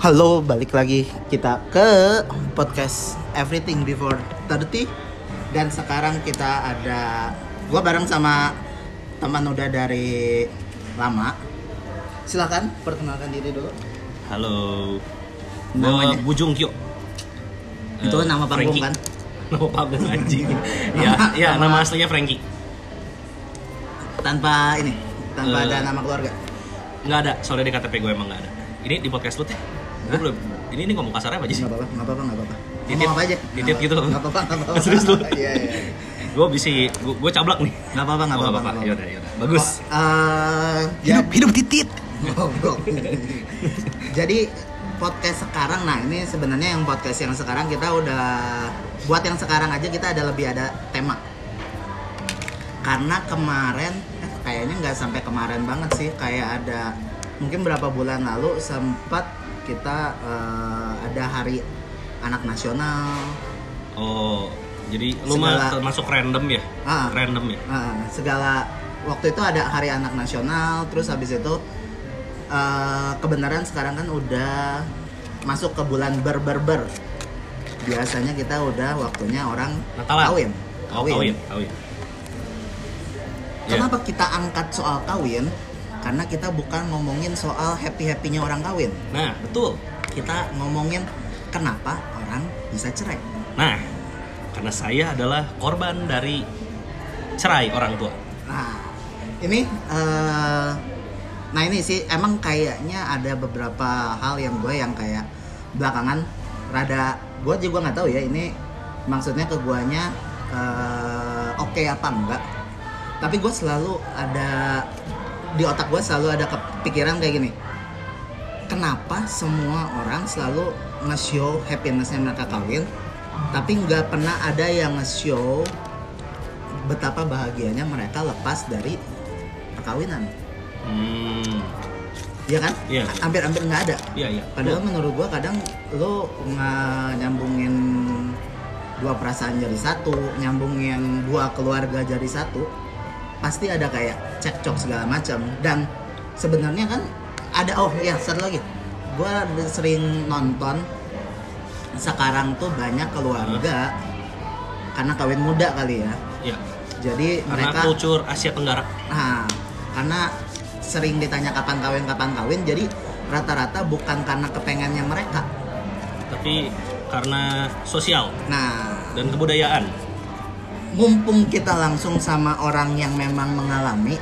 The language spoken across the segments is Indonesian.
Halo, balik lagi kita ke podcast Everything Before 30. Dan sekarang kita ada gua bareng sama teman udah dari lama. Silakan perkenalkan diri dulu. Halo. Namanya? Gua Bujung Kyo. Itu nama panggung Frankie. kan? Nama panggung anjing. Ya, nama aslinya Frankie. Tanpa ada nama keluarga. Nggak ada, soalnya di KTP gue emang nggak ada. Ini di podcast lu teh. Gue belum. Ini ngomong kasar apa aja sih? Nggak apa-apa. Titit, Ngomong apa aja? titit gitu. Nggak apa-apa. Serius lu? Iya. Gue gue cablak nih. Nggak apa-apa. Yaudah. Bagus. Hidup titit. Jadi podcast sekarang, nah ini sebenarnya yang podcast yang sekarang kita udah buat yang sekarang aja kita lebih ada tema. Karena kemarin, kayaknya nggak sampai kemarin banget sih, kayak ada mungkin berapa bulan lalu sempat kita ada Hari Anak Nasional. Oh, jadi lu mah termasuk random ya? Random ya? Segala waktu itu ada Hari Anak Nasional, terus habis itu kebenaran sekarang kan udah masuk ke bulan ber. Biasanya kita udah waktunya orang Natalan. kawin. Kenapa Yeah. kita angkat soal kawin? Karena kita bukan ngomongin soal happy-happynya orang kawin. Nah, betul. Kita ngomongin kenapa orang bisa cerai. Nah, karena saya adalah korban dari cerai orang tua. Nah, ini ini sih emang kayaknya ada beberapa hal yang kayak belakangan rada gue juga nggak tahu ya ini maksudnya ke guanya oke apa enggak. Tapi gue selalu ada di otak gue selalu ada kepikiran kayak gini. Kenapa semua orang selalu nge-show happiness-nya mereka kawin, tapi nggak pernah ada yang nge-show betapa bahagianya mereka lepas dari perkawinan. Iya kan? Iya. Hampir nggak ada. Iya. Padahal menurut gue kadang lo nyambungin dua perasaan jadi satu, nyambungin dua keluarga jadi satu, pasti ada kayak cekcok segala macam. Dan sebenarnya kan ada satu lagi, gue sering nonton sekarang tuh banyak keluarga karena kawin muda kali ya. Iya. Jadi Karena mereka kultur Asia Tenggara. Nah, karena sering ditanya kapan kawin, jadi rata-rata bukan karena kepengennya mereka, tapi karena sosial nah dan kebudayaan. mumpung kita langsung sama orang yang memang mengalami,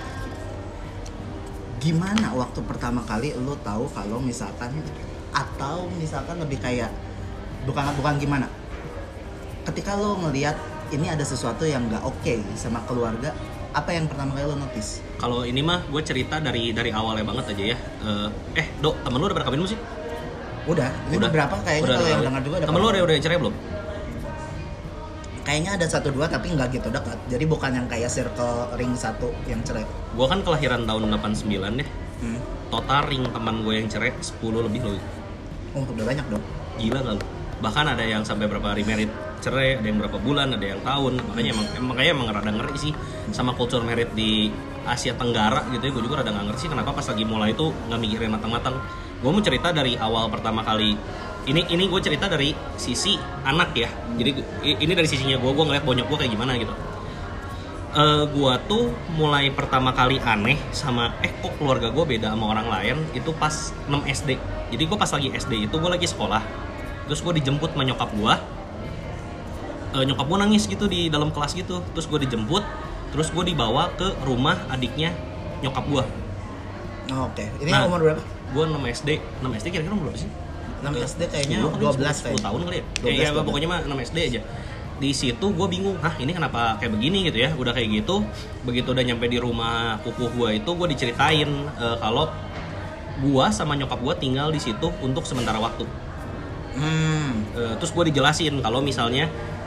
gimana waktu pertama kali lu tahu kalau misalkan lebih kayak bukan gimana, ketika lu ngelihat ini ada sesuatu yang nggak oke sama keluarga, apa yang pertama kali lu notice? Kalau ini mah gue cerita dari awalnya banget aja ya. Dok, temen lu udah pernah kawin belum sih? Udah berapa kayaknya kalau yang dengar juga ada. Temen lu udah cerai belum? Kayaknya ada 1-2 tapi nggak gitu dekat. Jadi bukan yang kayak circle ring 1 yang cerai. Gue kan kelahiran tahun 89 ya. Total ring teman gue yang cerai 10 lebih loh. Oh, udah banyak dong. Gila gak lu? Bahkan ada yang sampai berapa hari merit cerai, ada yang berapa bulan, ada yang tahun. Makanya emang rada ngeri sih sama kultur merit di Asia Tenggara gitu ya. Gue juga rada gak ngerti sih kenapa pas lagi mulai itu gak mikirin matang-matang. Gue mau cerita dari awal pertama kali. Ini gue cerita dari sisi anak ya. Jadi ini dari sisinya gue ngeliat bonyok gue kayak gimana gitu. Gue tuh mulai pertama kali aneh sama kok keluarga gue beda sama orang lain itu pas 6 SD. Jadi gue pas lagi SD itu gue lagi sekolah. Terus gue dijemput sama nyokap gue. Nyokap gue nangis gitu di dalam kelas gitu. Terus gue dijemput. Terus gue dibawa ke rumah adiknya nyokap gue. Oke. Ini umur berapa? Gue 6 SD. 6 SD kira-kira umur berapa sih? 6 SD kayaknya 12 tahun kali ya. 12. Pokoknya mah 6 SD aja. Di situ gue bingung, ini kenapa kayak begini gitu ya. Udah kayak gitu, begitu udah nyampe di rumah pupuh gue itu gue diceritain kalau gue sama nyokap gue tinggal di situ untuk sementara waktu. Terus gue dijelasin kalau misalnya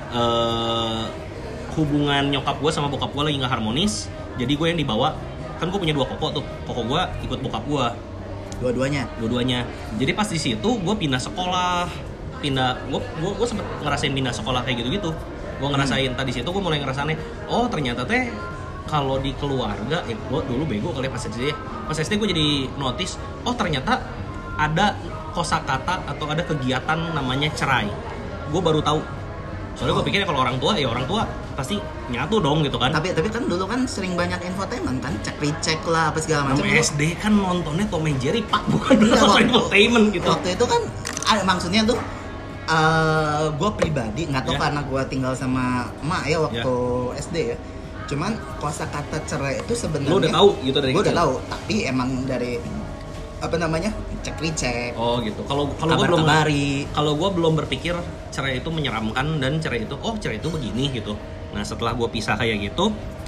hubungan nyokap gue sama bokap gue lagi nggak harmonis, jadi gue yang dibawa. Kan gue punya 2 koko tuh, koko gue ikut bokap gue. Dua-duanya. Jadi pas di situ gue pindah sekolah, gue sempet ngerasain pindah sekolah kayak gitu. Gue ngerasain tadi situ gue mulai ngerasain, ternyata teh kalau di keluarga, gue dulu bego kali pas SD. Pas SD gue jadi notice, ternyata ada kosakata atau ada kegiatan namanya cerai. Gue baru tahu. Soalnya gue pikirnya kalau orang tua pasti nyatu dong gitu kan. Tapi kan dulu kan sering banyak infotainment kan, cek recek lah apa segala macam. SD kan nontonnya Tom and Jerry Pak, bukan infotainment gitu. Waktu itu kan maksudnya tuh gue pribadi nggak tahu karena gue tinggal sama emak ya waktu SD ya. Cuman kosakata cerai itu sebenarnya lo udah tahu gitu dari gue udah tahu, tapi emang dari apa namanya cek recek. Oh gitu. Kalau gue belum berpikir cerai itu menyeramkan dan cerai itu begini gitu. Nah setelah gue pisah kayak gitu,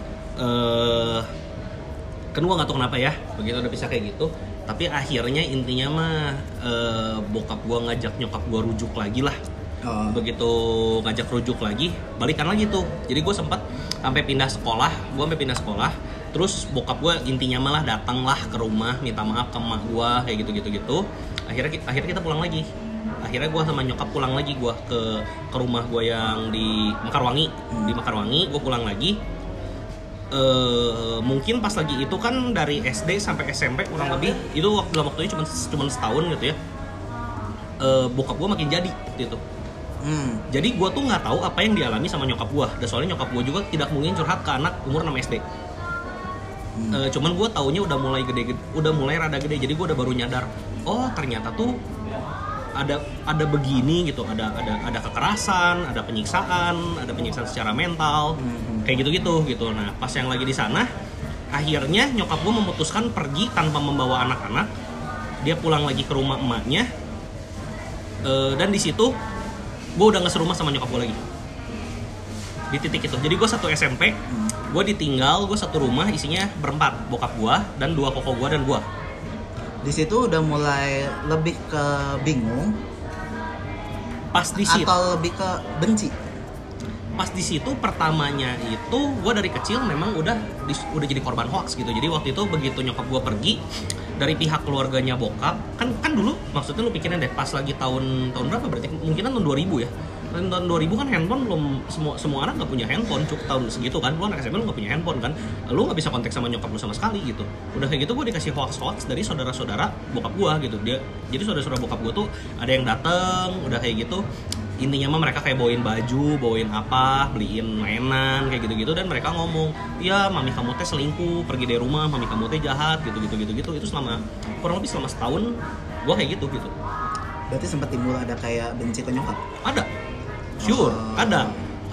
kan gue nggak tahu kenapa ya begitu udah pisah kayak gitu. Tapi akhirnya intinya mah bokap gue ngajak nyokap gue rujuk lagi lah. Begitu ngajak rujuk lagi, balikan lagi tuh. Jadi gue sempat sampai pindah sekolah. Terus bokap gue intinya malah datang lah ke rumah minta maaf ke emak gue kayak gitu. Akhirnya kita pulang lagi. Akhirnya gue sama nyokap pulang lagi, gue ke rumah gue yang di Mekarwangi. Di Mekarwangi gue pulang lagi. Mungkin pas lagi itu kan dari SD sampai SMP kurang lebih itu dalam waktunya cuma setahun gitu ya. Bokap gue makin jadi gitu. Jadi gue tuh nggak tahu apa yang dialami sama nyokap gue. Dan soalnya nyokap gue juga tidak mungkin curhat ke anak umur 6 SD. Cuman gue taunya udah mulai rada gede. Jadi gue udah baru nyadar, oh ternyata tuh ada begini gitu, ada kekerasan, ada penyiksaan secara mental, kayak gitu. Nah pas yang lagi di sana, akhirnya nyokap gue memutuskan pergi tanpa membawa anak-anak. Dia pulang lagi ke rumah emaknya, dan di situ gue udah nggak serumah sama nyokap gue lagi. Di titik itu, jadi gue satu SMP, gue ditinggal, gue satu rumah isinya berempat, bokap gue dan 2 koko gue dan gue. Di situ udah mulai lebih ke bingung. Pas di situ atau lebih ke benci. Pas di situ pertamanya itu gue dari kecil memang udah jadi korban hoax gitu. Jadi waktu itu begitu nyokap gue pergi dari pihak keluarganya bokap, kan dulu maksudnya lu pikirin deh pas lagi tahun berapa berarti mungkin tahun 2000 ya. Tahun 2000 kan handphone belum, semua anak nggak punya handphone tahun segitu kan. Lu anak SMP lu nggak punya handphone kan, lu nggak bisa kontak sama nyokap lu sama sekali gitu. Udah kayak gitu gue dikasih hoax dari saudara-saudara bokap gue gitu. Jadi saudara-saudara bokap gue tuh ada yang dateng, udah kayak gitu. Intinya mah mereka kayak bawain baju, bawain apa, beliin mainan kayak gitu-gitu, dan mereka ngomong, ya mami kamu teh selingkuh, pergi dari rumah, mami kamu teh jahat gitu. Itu kurang lebih selama setahun gue kayak gitu. Berarti sempat timbul ada kayak benci ke nyokap? Ada. Sure, ada.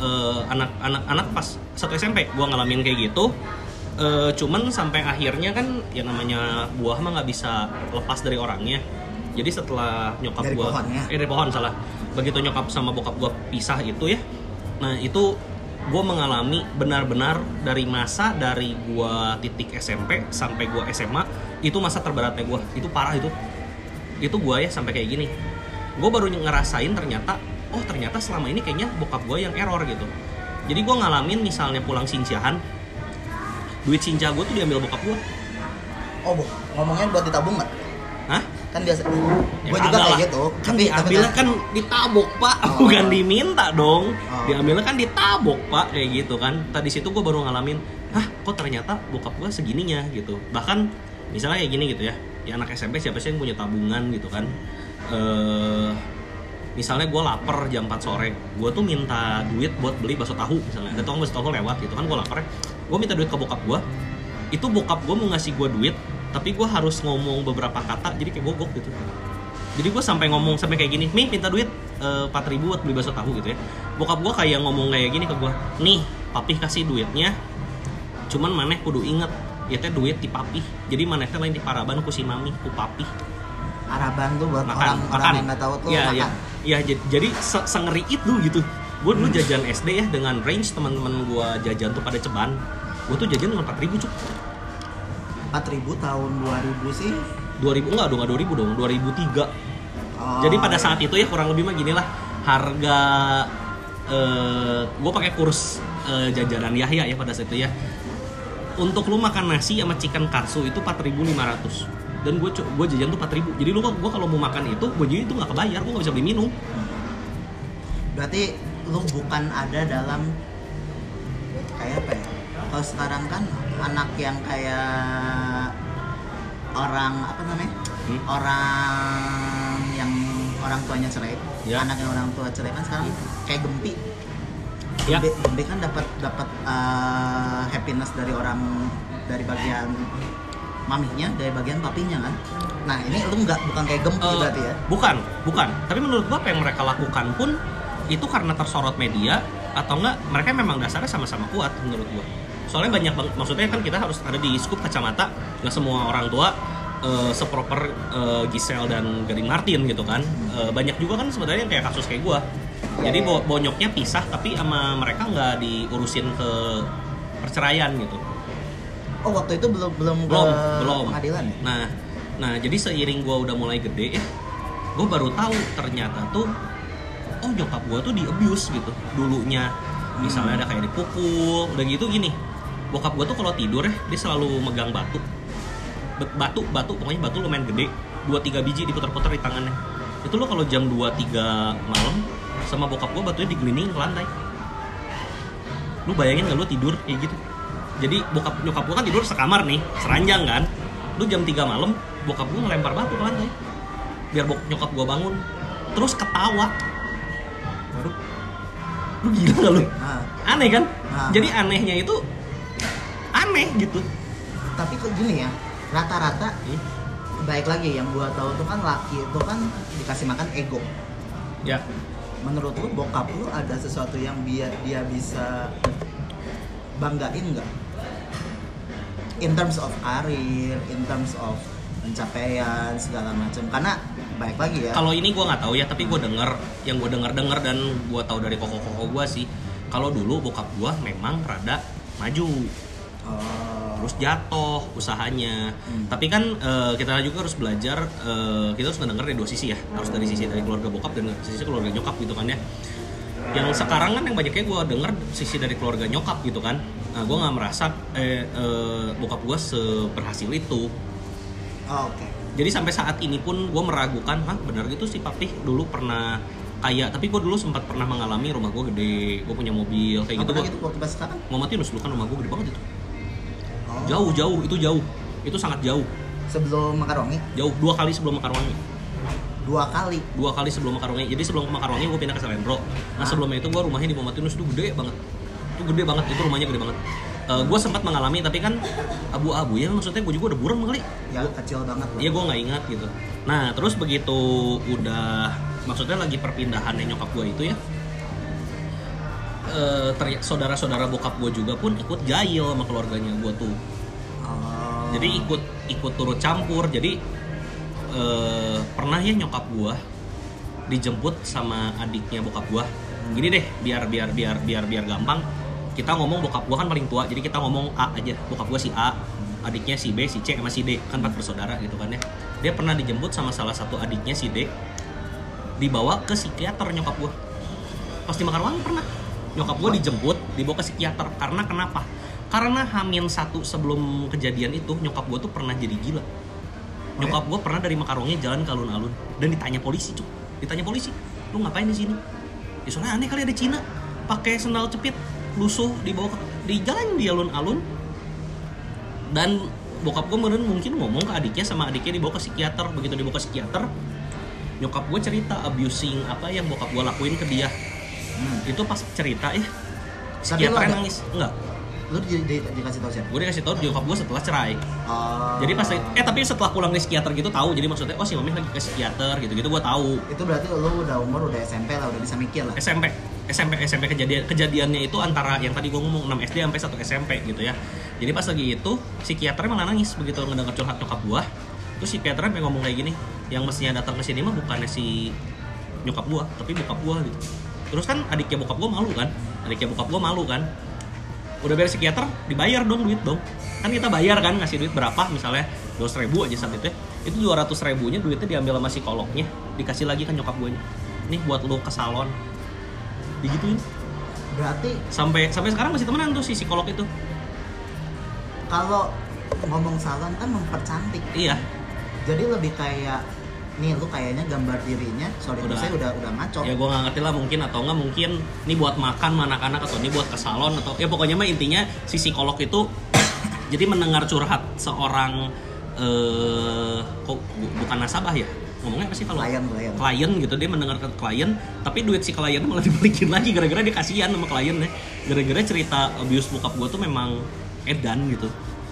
Anak pas satu SMP gue ngalamin kayak gitu. Cuman sampai akhirnya kan yang namanya buah mah nggak bisa lepas dari orangnya. Jadi setelah nyokap gue dari pohon salah. Begitu nyokap sama bokap gue pisah itu ya. Nah itu gue mengalami benar-benar dari gue titik SMP sampai gue SMA, itu masa terberatnya gue. Itu parah itu gue ya sampai kayak gini. Gue baru ngerasain ternyata selama ini kayaknya bokap gue yang error gitu. Jadi gue ngalamin misalnya pulang sincahan, duit sinca gue tuh diambil bokap gue. Oh ngomongnya buat ditabung nggak? Hah? Kan biasa, ya gue juga kayak gitu. Kan diambilnya kan ditabok pak, bukan diminta dong. Diambilnya kan ditabok pak, kayak gitu kan. Tadi situ gue baru ngalamin, kok ternyata bokap gue segininya gitu. Bahkan misalnya kayak gini gitu ya, anak SMP siapa sih yang punya tabungan gitu kan. Misalnya gue lapar jam 4 sore, gue tuh minta duit buat beli bakso tahu misalnya. Ada tukang bakso tahu lewat gitu kan, gue lapar, gue minta duit ke bokap gue. Itu bokap gue mau ngasih gue duit, tapi gue harus ngomong beberapa kata, jadi kayak gogok gitu. Jadi gue sampai ngomong sampai kayak gini, "Mi, minta duit 4.000 buat beli bakso tahu," gitu ya. Bokap gue kayak ngomong kayak gini ke gue, "Nih, papi kasih duitnya, cuman maneh kudu inget, itu duit di papi. Jadi maneh teh lain di paraban ku si mami, ku papi." Paraban tuh buat makan. orang yang nggak tahu tuh makan. Iya, jadi sengeri itu gitu. Gue dulu jajan SD ya dengan range teman-teman gue jajan tuh pada ceban. Gue tuh jajan dengan 4.000 cuk. 4.000 tahun 2000 sih? 2000 enggak 2000 dong, 2003. Jadi pada saat itu ya kurang lebih mah gini lah, harga gue pakai kurs jajanan Yahya ya pada saat itu ya. Untuk lu makan nasi sama chicken katsu itu 4.500. Dan gue jajan tuh 4.000. Jadi gue kalau mau makan itu, gue jadi itu nggak kebayar, gue nggak bisa beli minum. Berarti lu bukan ada dalam kayak apa ya? Kalau sekarang kan anak yang kayak orang apa namanya? Orang yang orang tuanya cerai, Ya. anaknya orang tua cerai kan sekarang kayak Gempi. Ya. Gempi kan dapat happiness dari bagian maminya, dari bagian papinya kan. Nah ini lu bukan kayak Gempi berarti ya? Bukan. Tapi menurut gua apa yang mereka lakukan pun itu karena tersorot media atau enggak mereka memang dasarnya sama-sama kuat menurut gua. Soalnya banyak banget, maksudnya kan kita harus ada di scoop kacamata, nggak semua orang tua seproper Giselle dan Gading Martin gitu kan. Banyak juga kan sebenarnya yang kayak kasus kayak gua. Jadi bonyoknya pisah tapi sama mereka nggak diurusin ke perceraian gitu. Oh waktu itu belum pengadilan ya? Nah jadi seiring gue udah mulai gede ya, gue baru tahu ternyata tuh, oh nyokap gue tuh di abuse gitu dulunya. Misalnya ada kayak dipukul, udah gitu gini. Bokap gue tuh kalau tidur ya, dia selalu megang batu, pokoknya batu lumayan gede, 2-3 biji diputar-putar di tangannya. Itu lo kalau jam 2-3 malam sama bokap gue batunya digelinding ke lantai. Lu bayangin gak lu tidur kayak gitu? Jadi nyokap gue kan tidur sekamar nih, seranjang kan. Lu jam 3 malam, bokap gue ngelempar batu ke lantai biar nyokap gue bangun. Terus ketawa. Waduh, lu gila gak lu? Aneh kan? Jadi anehnya itu aneh gitu. Tapi kok gini ya, rata-rata baik lagi yang gue tahu tuh kan laki itu kan dikasih makan ego. Ya. Menurut lu bokap lu ada sesuatu yang dia bisa banggain nggak? In terms of karir, in terms of pencapaian segala macam. Karena baik lagi ya. Kalau ini gue nggak tahu ya, tapi gue dengar dan gue tahu dari koko-koko gue sih. Kalau dulu bokap gue memang rada maju, terus jatuh usahanya. Tapi kan kita juga harus belajar, kita harus mendengar dari dua sisi ya. Harus dari sisi dari keluarga bokap dan sisi keluarga nyokap gitu kan ya. Yang sekarang kan yang banyaknya gue denger sisi dari keluarga nyokap gitu kan. Nah gue nggak merasa bokap gue seberhasil itu. Oke. Jadi sampai saat ini pun gue meragukan, benar gitu sih papi dulu pernah kaya. Tapi gue dulu sempat pernah mengalami rumah gue gede, gue punya mobil kayak gitu. Gitu waktu pas sekarang? Muhammad Yunus dulu kan rumah gue gede banget itu. Jauh, itu sangat jauh. Sebelum Makarwangi? Jauh, 2 kali sebelum Makarwangi. 2 kali? 2 kali sebelum Makarwangi. Jadi sebelum Makarwangi gue pindah ke Selendro. Nah sebelumnya itu gue rumahnya di Muhammad Yunus itu gede banget. Itu rumahnya gede banget. Gue sempat mengalami, tapi kan abu-abu ya, maksudnya gue juga udah buram kali. Ya kecil banget lah. Iya gue nggak ingat gitu. Nah terus begitu udah, maksudnya lagi perpindahannya nyokap gue itu ya, saudara-saudara bokap gue juga pun ikut jahil sama keluarganya gue tuh. Jadi ikut turut campur. Jadi pernah ya nyokap gue dijemput sama adiknya bokap gue. Gini deh, biar gampang. Kita ngomong bokap gue kan paling tua, jadi kita ngomong A aja. Bokap gue si A, adiknya si B, si C, sama si D. Kan 4 bersaudara gitu kan ya. Dia pernah dijemput sama salah satu adiknya si D, dibawa ke psikiater nyokap gue. Pas di Makarwangi pernah. Nyokap gue dijemput, dibawa ke psikiater. Karena kenapa? Karena H-1 sebelum kejadian itu, nyokap gue tuh pernah jadi gila. Nyokap gue pernah dari Makarwangi jalan ke alun-alun dan ditanya polisi, cuy. Ditanya polisi, lu ngapain di sini? Ya soalnya aneh kali ada Cina pakai sendal cepit, lusuh di jalan di alun-alun. Dan bokap gue mungkin ngomong ke adiknya, sama adiknya dibawa ke psikiater. Begitu dibawa ke psikiater, nyokap gue cerita abusing apa yang bokap gue lakuin ke dia. Itu pas cerita ya, psikiaternya nangis. Enggak. Lu dikasih tau siapa? Gue dikasih tau nyokap gue setelah cerai. Jadi pas tapi setelah pulang dari psikiater gitu tahu. Jadi maksudnya si mami lagi ke psikiater gitu-gitu gue tahu. Itu berarti lu udah SMP lah, udah bisa mikir lah. SMP kejadiannya itu antara yang tadi gue ngomong 6 SD sampai 1 SMP gitu ya. Jadi pas lagi itu psikiaternya malah nangis begitu ngedenger curhat nyokap gue. Terus psikiaternya pengen ngomong kayak gini, yang mestinya datang ke sini mah bukannya si nyokap gue, tapi bokap gue gitu. Terus kan adiknya bokap gue malu kan. Udah beres psikiater, dibayar dong duit dong. Kan kita bayar kan, ngasih duit berapa misalnya 200.000 aja saat itu ya. Itu 200.000-nya duitnya diambil sama psikolognya, dikasih lagi kan nyokap gue. Nih buat lu ke salon. Digituin. Berarti sampai sekarang masih temenan tuh si psikolog itu. Kalau ngomong salon kan mempercantik. Iya. Jadi lebih kayak nih lu kayaknya gambar dirinya, itu saya udah ngaco. Ya gue nggak ngerti lah, mungkin atau nggak mungkin ini buat makan anak-anak atau ini buat ke salon atau ya pokoknya mah intinya si psikolog itu jadi mendengar curhat seorang kok bukan nasabah ya, ngomongnya apa sih kalau klien gitu, dia mendengarkan klien tapi duit si klien malah dibalikin lagi gara-gara dia kasihan sama kliennya, gara-gara cerita abuse bokap gue tuh memang edan gitu.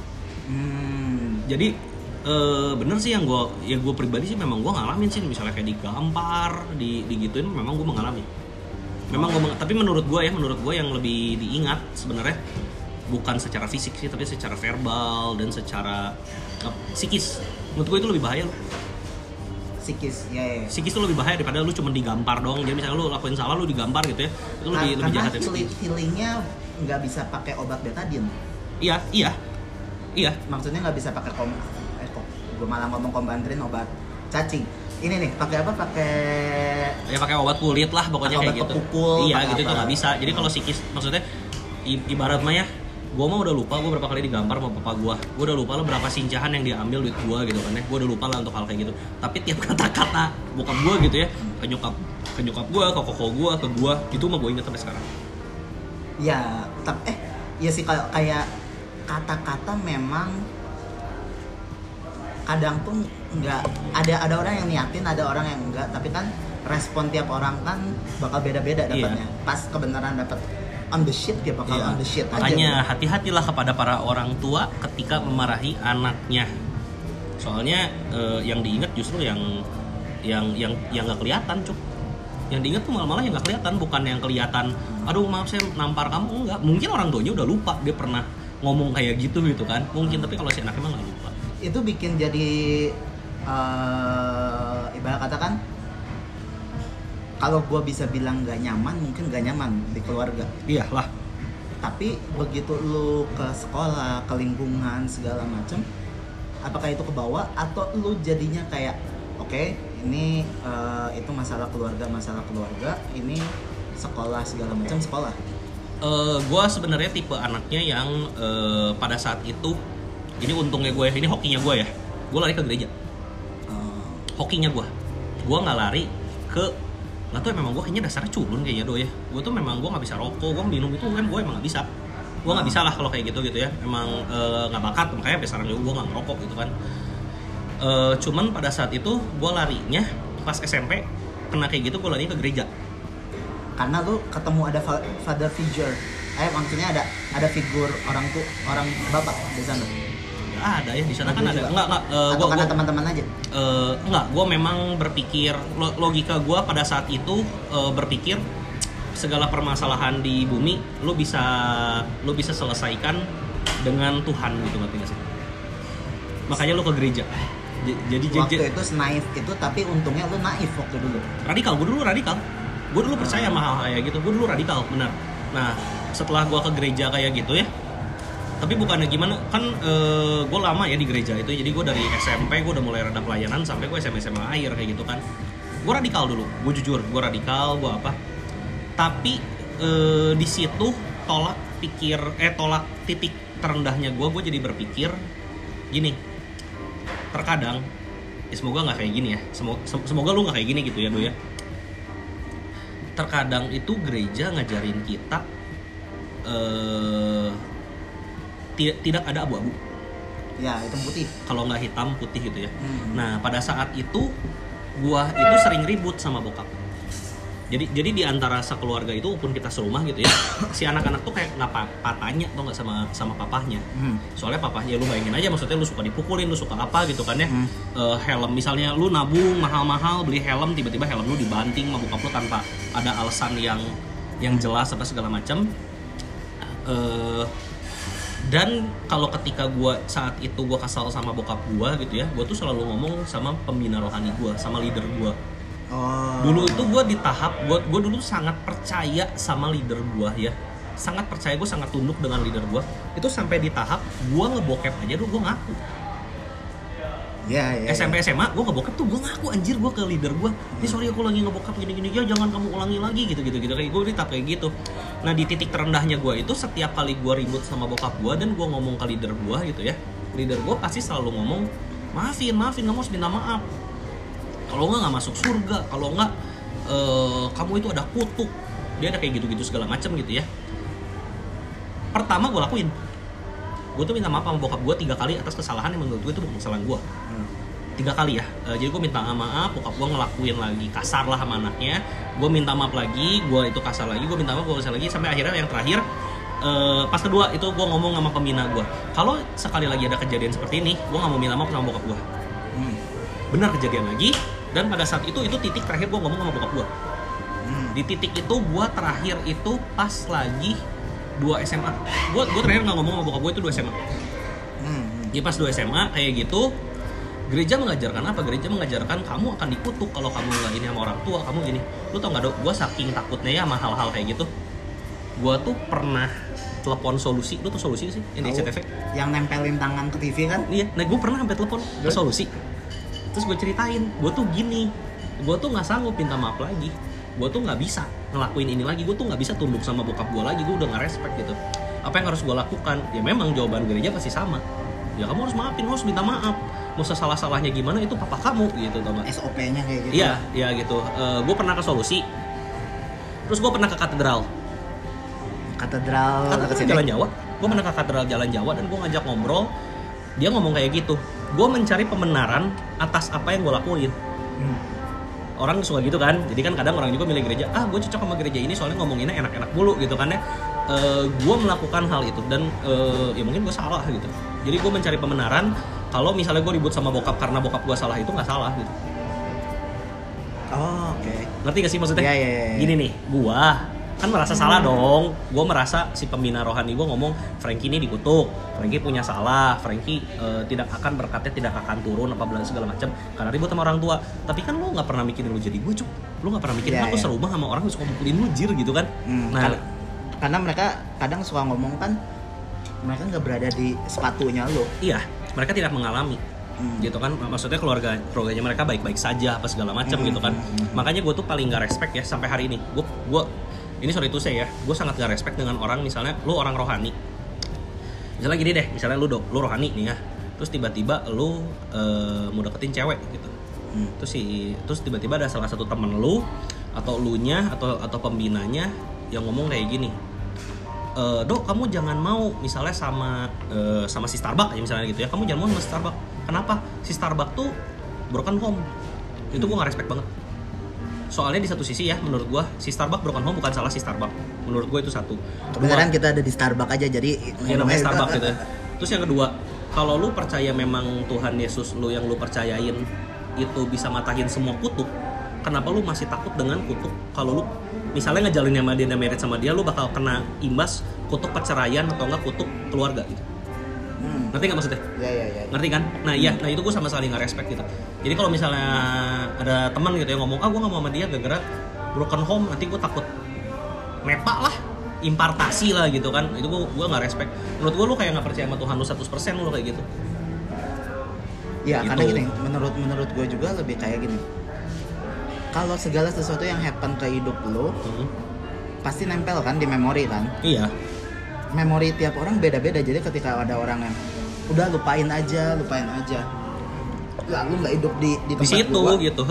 Jadi bener sih yang gue pribadi sih memang gue ngalamin sih, misalnya kayak digampar, digituin memang gue mengalami. Tapi menurut gue yang lebih diingat sebenarnya bukan secara fisik sih, tapi secara verbal dan secara psikis. Menurut gue itu lebih bahaya loh. Psikis, ya. Psikis itu lebih bahaya daripada lu cuma digampar doang. Jadi misalnya lu lakuin salah, lu digampar gitu ya, itu lebih jahat. Karena healingnya nggak bisa pakai obat betadine. Iya. Maksudnya nggak bisa pakai gue malah ngomong Combantrin obat cacing. Ini nih pakai apa? Pakai obat kulit lah pokoknya kayak gitu. Pukul, iya gitu itu nggak bisa. Jadi kalau psikis maksudnya ibarat mah ya, gue mah udah lupa gue berapa kali digampar sama papa gue udah lupa lah berapa sincahan yang diambil duit gue gitu kan ya, gue udah lupa lah untuk hal kayak gitu. Tapi tiap kata-kata bokap gue gitu ya, ke nyokap gue, ke koko gue, ke gue, itu mah gue inget sampai sekarang. Ya, ya sih kayak kata-kata memang kadang tuh nggak ada orang yang niatin, ada orang yang enggak, tapi kan respon tiap orang kan bakal beda-beda dapatnya. Pas kebenaran dapat on the shit, dia bakal on the shit aja. Makanya hati-hatilah kepada para orang tua ketika memarahi anaknya. Soalnya yang diingat justru yang nggak kelihatan, Cuk. Yang diingat tuh malah yang nggak kelihatan, bukan yang kelihatan. Aduh maaf saya nampar kamu, enggak. Mungkin orang tuanya udah lupa dia pernah ngomong kayak gitu kan. Mungkin, tapi kalau si anaknya mah nggak lupa. Itu bikin jadi ibarat kata kan, kalau gue bisa bilang gak nyaman, mungkin gak nyaman di keluarga. Iyalah. Tapi begitu lu ke sekolah, ke lingkungan segala macem, apakah itu ke bawah atau lu jadinya kayak oke, ini itu masalah keluarga, ini sekolah segala macam sekolah. Gue sebenarnya tipe anaknya yang pada saat itu, ini untungnya gue, ini hokinya gue ya, gue lari ke gereja. Hokinya gue nggak lari ke, nggak tahu memang gue kayaknya dasarnya culun kayaknya ya. Gue tuh memang gue nggak bisa rokok, gue minum itu kan gue emang nggak bisa. Gue nggak bisa lah kalau kayak gitu ya. Emang nggak bakat, makanya besaran gue nggak ngerokok gitu kan. Cuman pada saat itu gue larinya pas SMP kena kayak gitu, gue larinya ke gereja. Karena lu ketemu ada father figure, maksudnya ada figur orang bapak di sana. Ada ya di sana kan ada. Enggak. Atau karena teman-teman aja? Enggak, gue memang berpikir, logika gue pada saat itu berpikir segala permasalahan di bumi lu bisa selesaikan dengan Tuhan gitu, ngerti gak sih? Makanya lu ke gereja. Jadi waktu itu naif itu, tapi untungnya lu naif waktu dulu. Gue dulu radikal. Gue dulu percaya sama hal kayak gitu. Gue dulu radikal, benar. Nah, setelah gue ke gereja kayak gitu ya, tapi bukannya gimana kan, gue lama ya di gereja itu, jadi gue dari SMP gue udah mulai rada pelayanan sampai gue SMA akhir kayak gitu kan. Gue radikal dulu, gue jujur, gue radikal, gue apa. Tapi di situ tolak titik terendahnya gue jadi berpikir gini, terkadang ya semoga nggak kayak gini ya, semoga lu nggak kayak gini gitu ya Do ya. Terkadang itu gereja ngajarin kita tidak ada abu-abu. Ya, hitam putih. Kalau nggak hitam putih gitu ya. Nah, pada saat itu gua itu sering ribut sama bokap. Jadi di antara sekeluarga itu, walaupun kita serumah gitu ya, si anak-anak tuh kayak nggak patanya tuh nggak sama papahnya. Soalnya papahnya, lu bayangin aja, maksudnya lu suka dipukulin, lu suka apa gitu kan ya. Helm misalnya lu nabung mahal-mahal beli helm, tiba-tiba helm lu dibanting sama bokap lu tanpa ada alasan yang jelas apa segala macam. Dan kalau ketika saat itu gue kesal sama bokap gue gitu ya, gue tuh selalu ngomong sama pembina rohani gue, sama leader gue. Dulu itu gue di tahap, gue dulu sangat percaya sama leader gue ya. Sangat percaya, gue sangat tunduk dengan leader gue. Itu sampai di tahap gue ngebokep aja dulu gue ngaku. SMP SMA gue ngebokep tuh gue ngaku, anjir, gue ke leader gue, ini sorry aku lagi ngebokep gini-gini ya, jangan kamu ulangi lagi gitu kayak gue di tahap kayak gitu. Nah di titik terendahnya gue itu, setiap kali gue ribut sama bokap gue dan gue ngomong ke leader gue gitu ya, leader gue pasti selalu ngomong maafin, kamu harus minta maaf, kalau nggak masuk surga, kalau nggak kamu itu ada kutuk, dia ada kayak gitu segala macam gitu ya. Pertama gue lakuin, gue tuh minta maaf sama bokap gue 3 kali atas kesalahan yang menurut gue itu bukan kesalahan gue. 3 kali ya. Jadi gue minta maaf, bokap gue ngelakuin lagi kasar lah sama anaknya. Gue minta maaf lagi, gue itu kasar lagi, gue minta maaf, gue kasar lagi, sampai akhirnya yang terakhir pas kedua itu gue ngomong sama pembina gue, kalau sekali lagi ada kejadian seperti ini, gue nggak mau minta maaf sama bokap gue. Benar kejadian lagi, dan pada saat itu titik terakhir gue ngomong sama bokap gue. Di titik itu gue terakhir itu pas lagi 2 SMA. Gue terakhir nggak ngomong sama bokap gue itu 2 SMA. Jadi pas 2 SMA kayak gitu, gereja mengajarkan apa? Gereja mengajarkan kamu akan dikutuk kalau kamu nggak ini sama orang tua, kamu gini. Lu tau nggak, Dok? Gue saking takutnya ya sama hal-hal kayak gitu. Gue tuh pernah telepon Solusi. Lu tuh Solusi sih? Yang di SCTV? Yang nempelin tangan ke TV kan? Iya. Nah gue pernah sampai telepon ke Solusi. Terus gue ceritain, gue tuh gini. Gue tuh nggak sanggup minta maaf lagi. Gue tuh nggak bisa ngelakuin ini lagi. Gue tuh nggak bisa tunduk sama bokap gue lagi. Gue udah nggak respect gitu. Apa yang harus gue lakukan? Ya memang jawaban gereja pasti sama. Ya kamu harus maafin, harus minta maaf. Mau salah-salahnya gimana itu papa kamu gitu, tau gak? SOP-nya kayak gitu. Iya, ya gitu. Gue pernah ke Solusi. Terus gue pernah ke Katedral Jalan Jawa. Gue pernah ke Katedral Jalan Jawa dan gue ngajak ngobrol. Dia ngomong kayak gitu. Gue mencari pembenaran atas apa yang gue lakuin. Orang suka gitu kan. Jadi kan kadang orang juga milih gereja. Gue cocok sama gereja ini soalnya ngomonginnya enak-enak mulu gitu kan ya. Gue melakukan hal itu dan ya mungkin gue salah gitu. Jadi gue mencari pembenaran. Kalau misalnya gue ribut sama bokap karena bokap gue salah, itu nggak salah gitu. Oh, oke. Ngerti gak sih maksudnya? Iya. Gini nih, gue kan merasa salah dong. Gue merasa si pembina rohani gue ngomong Frankie ini dikutuk, Frankie punya salah, Frankie tidak akan berkatnya, tidak akan turun apa segala macam karena ribut sama orang tua. Tapi kan lo nggak pernah mikirin lo jadi gue, lo nggak pernah mikirin aku serumah sama orang yang suka mukulin lo jir gitu kan. Nah, karena mereka kadang suka ngomong kan, mereka nggak berada di sepatunya lo. Iya, mereka tidak mengalami. Gitu kan, maksudnya keluarganya mereka baik-baik saja apa segala macam gitu kan. Makanya gue tuh paling nggak respect ya sampai hari ini. Gue ini sorry itu saya ya, gue sangat gak respect dengan orang misalnya lu orang rohani. Misalnya gini deh, misalnya lu rohani nih ya, terus tiba-tiba lu mau deketin cewek gitu. Terus tiba-tiba ada salah satu temen lu atau elunya atau pembinanya yang ngomong kayak gini. Dok, kamu jangan mau misalnya sama si Starbucks aja misalnya gitu ya. Kamu jangan mau sama Starbucks. Kenapa? Si Starbucks tuh broken home. Itu gue gak respect banget. Soalnya di satu sisi ya, menurut gue si Starbucks broken home bukan salah si Starbucks. Menurut gue itu satu. Kebenaran kita ada di Starbucks aja, jadi ya namanya Starbucks gitu ya. Terus yang kedua, kalau lu percaya memang Tuhan Yesus lu yang lu percayain itu bisa matahin semua kutuk, kenapa lu masih takut dengan kutuk? Kalau lu misalnya ngejalin sama dia dan married sama dia, lu bakal kena imbas kutuk perceraian atau enggak kutuk keluarga gitu. Ngerti nggak maksudnya? Iya. Ngerti kan? Nah nah itu gue sama sekali nggak respect gitu. Jadi kalau misalnya ada teman gitu yang ngomong, gue nggak mau sama dia gara-gara broken home, nanti gue takut mepak lah, impartasi lah gitu kan. Itu gue nggak respect. Menurut gue lu kayak nggak percaya sama Tuhan lu 100% lu kayak gitu. Iya, gitu. Karena gini, menurut gue juga lebih kayak gini. Kalau segala sesuatu yang happen ke hidup lo, pasti nempel kan di memori kan? Iya. Memori tiap orang beda-beda, jadi ketika ada orang yang udah lupain aja lalu nggak hidup di tempat situ gua. Gitu.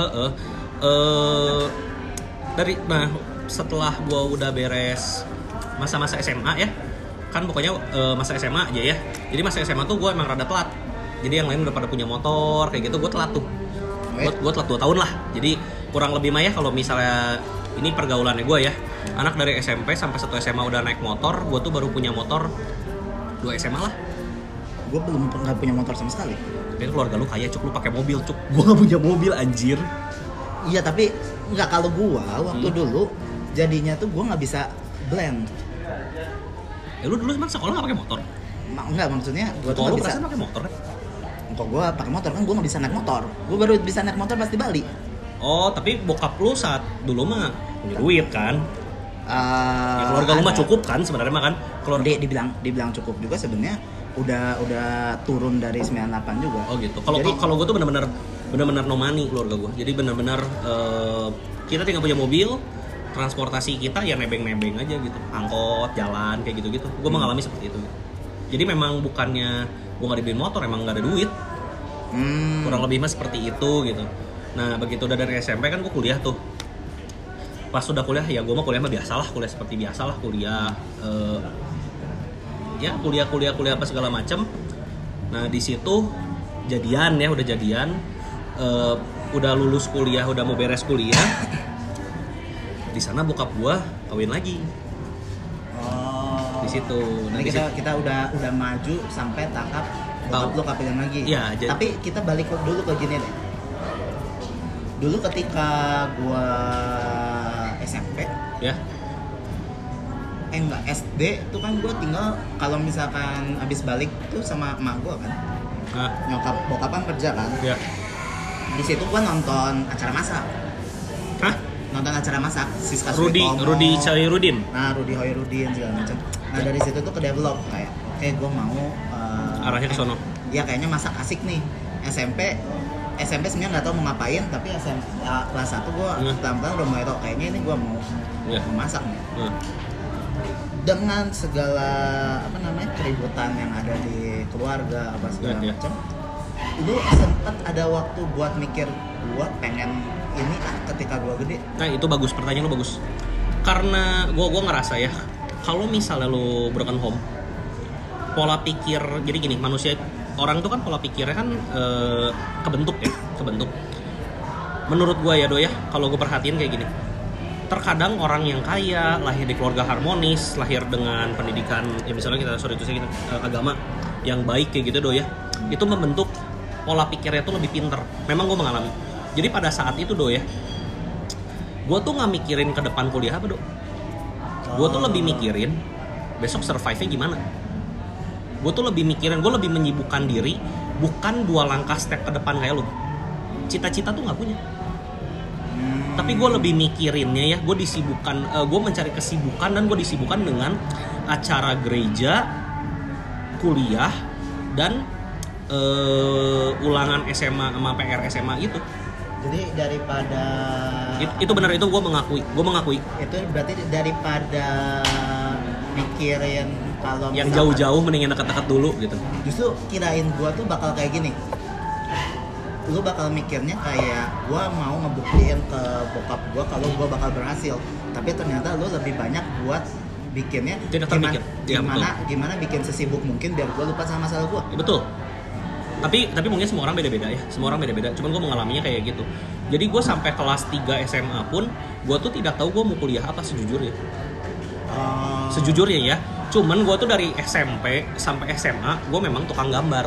Setelah gua udah beres masa-masa SMA ya, kan pokoknya masa SMA aja ya. Jadi masa SMA tuh gua emang rada telat. Jadi yang lain udah pada punya motor kayak gitu, gua telat tuh. Gua telat 2 tahun lah. Jadi kurang lebih mah ya kalau misalnya ini pergaulannya gue ya, anak dari SMP sampai 1 SMA udah naik motor, gue tuh baru punya motor 2 SMA lah. Gue belum pernah punya motor sama sekali. Tapi keluarga lu kaya, Cuk, lu pakai mobil, Cuk. Gue gak punya mobil, anjir. Iya, tapi nggak, kalau gue waktu dulu jadinya tuh gue nggak bisa blend. Ya lu dulu emang sekolah gak pakai motor? Enggak, maksudnya gue tuh nggak bisa. Pakai motor kan? Kok gue pakai motor kan gue nggak bisa naik motor. Gue baru bisa naik motor pas di Bali. Oh, tapi bokap lu saat dulu mah punya duit kan? Ya, keluarga lu mah cukup kan sebenarnya mah kan? Dibilang cukup juga sebenarnya udah turun dari 98 juga. Oh gitu. Kalau gue tuh benar-benar no money keluarga gue. Jadi benar-benar kita tinggal punya mobil, transportasi kita ya nebeng-nebeng aja gitu. Angkot, jalan kayak gitu-gitu. Gue mengalami seperti itu. Jadi memang bukannya gue nggak dibeliin motor, emang nggak ada duit. Kurang lebih mah seperti itu gitu. Nah begitu udah dari SMP kan gue kuliah tuh. Pas udah kuliah ya gue mah kuliah mah biasalah, kuliah seperti biasalah kuliah. Ya kuliah apa segala macam. Nah di situ udah jadian. udah lulus kuliah, udah mau beres kuliah. Di sana bokap gua kawin lagi. Di situ. Nah, kita udah maju sampai tahap bokap lu kawin lagi. Iya, tapi kita balik dulu ke gini deh. Dulu ketika gua SMP, ya. Enggak, SD tuh kan gua tinggal kalau misalkan habis balik tuh sama emak gua kan. Nyokap bokap kan kerja kan. Ya. Di situ gua nonton acara masak. Hah? Nonton acara masak Siska Rudi Chairudin. Nah, Rudi Hoirudin segala macam. Nah, dari situ tuh ke develop kayak oke, gua mau arahnya ke sono. Ya kayaknya masak asik nih. SMP sebenarnya nggak tahu mau ngapain, tapi SMP kelas 1 gue pelan-pelan udah mulai tau kayaknya ini gue mau masak nih. Dengan segala keributan yang ada di keluarga apa segala macam, lu sempet ada waktu buat mikir gue pengen ini ketika gue gede. Nah itu bagus, pertanyaan lu bagus. Karena gue ngerasa ya, kalau misalnya lu broken home, pola pikir jadi gini, manusia orang tuh kan pola pikirnya kan kebentuk. Menurut gue ya Do ya, kalau gue perhatiin kayak gini, terkadang orang yang kaya, lahir di keluarga harmonis, lahir dengan pendidikan ya misalnya kita agama yang baik kayak gitu Do ya, itu membentuk pola pikirnya tuh lebih pinter. Memang gue mengalami. Jadi pada saat itu Do ya, gue tuh nggak mikirin ke depan kuliah apa Do. Gue tuh lebih mikirin besok survive-nya gimana. Gue tuh lebih mikirin, gue lebih menyibukkan diri, bukan 2 langkah step ke depan kayak lu. Cita-cita tuh nggak punya. Tapi gue lebih mikirinnya ya, gue disibukkan, gue mencari kesibukan dan gue disibukkan dengan acara gereja, kuliah, dan ulangan SMA sama PR SMA itu. Jadi daripada itu benar, itu gue mengakui. Itu berarti daripada mikirin kalau yang jauh-jauh mending yang dekat-dekat dulu gitu. Justru kirain gua tuh bakal kayak gini. Lu bakal mikirnya kayak gua mau ngebuktiin ke bokap gua kalau gua bakal berhasil. Tapi ternyata lu lebih banyak buat bikinnya gimana bikin sesibuk mungkin biar gua lupa sama masalah gua. Ya, betul. Tapi mungkin semua orang beda-beda ya. Semua orang beda-beda. Cuman gua mengalaminya kayak gitu. Jadi gua sampai kelas 3 SMA pun gua tuh tidak tahu gua mau kuliah apa sejujurnya. Sejujurnya ya, cuman gue tuh dari SMP sampai SMA gue memang tukang gambar.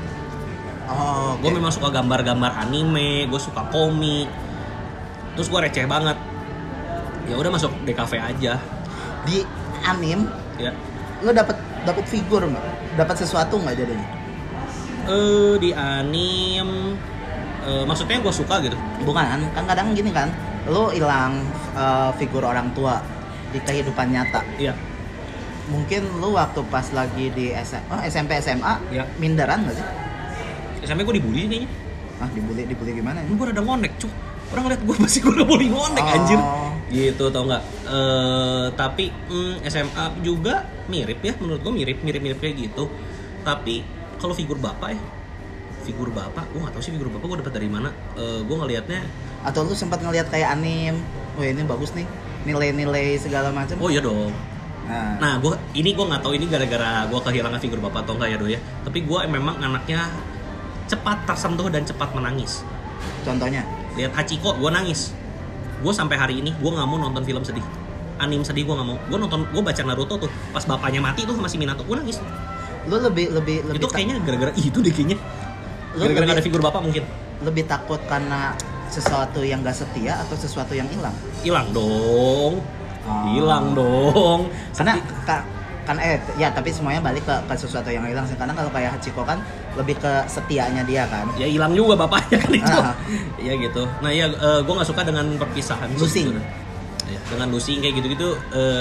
Okay. Gue memang suka gambar-gambar anime, gue suka komik. Terus gue receh banget. Ya udah masuk DKV aja. Di anim, ya. Lo dapet figur nggak? Dapat sesuatu nggak jadinya? Di anim, maksudnya gue suka gitu. Bukan kan kadang gini kan, lo hilang figur orang tua di kehidupan nyata. Iya. Mungkin lu waktu pas lagi di SMP SMA ya. Minderan nggak sih? SMP gue dibully kayaknya. Dibully gimana? Gue rada ngonek cuy. Orang ngeliat gue pasti gue udah bully ngonek anjir. Gitu tau nggak? Tapi SMA juga mirip ya, menurut gue mirip kayak gitu. Tapi kalau figur bapak gue nggak tahu sih figur bapak gue dapat dari mana. Gue ngelihatnya. Atau lu sempat ngelihat kayak anim, wah ini bagus nih, nilai-nilai segala macam. Oh iya dong. Nah, gue nggak tahu ini gara-gara gue kehilangan figur bapak atau enggak ya Do ya. Tapi gue memang anaknya cepat tersentuh dan cepat menangis. Contohnya? Lihat Hachiko, gue nangis. Gue sampai hari ini gue nggak mau nonton film sedih, anime sedih gue nggak mau. Gue baca Naruto tuh, pas bapaknya mati tuh masih Minato, gue nangis. Lu lebih itu kayaknya gara-gara itu deh kayaknya. Gara-gara ada figur bapak mungkin. Lebih takut karena sesuatu yang gak setia atau sesuatu yang hilang? Hilang dong. Hilang dong. Karena ya tapi semuanya balik ke sesuatu yang hilang sih. Karena kalau kayak Hachiko kan lebih ke setianya dia kan. Ya hilang juga bapaknya kan itu. Iya gitu. Nah ya gue nggak suka dengan perpisahan. Losing. Ya, dengan losing kayak gitu-gitu.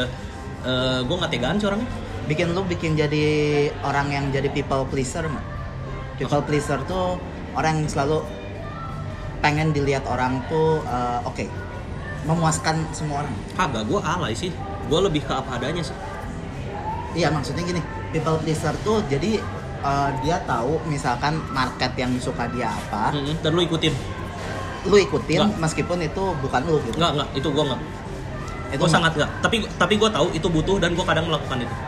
Gue nggak tegaan sih orangnya. Bikin jadi orang yang jadi people pleaser mah. People pleaser tuh orang yang selalu pengen dilihat orang tuh oke. Memuaskan semua orang. Kagak, gue alay sih. Gue lebih ke apa adanya sih. Iya, maksudnya gini, people pleaser tuh jadi dia tahu misalkan market yang suka dia apa, dan lu ikutin. Lu ikutin nggak. Meskipun itu bukan lu gitu. Enggak, itu gue enggak. Itu gue sangat enggak. Tapi gue tahu itu butuh dan gue kadang melakukan itu.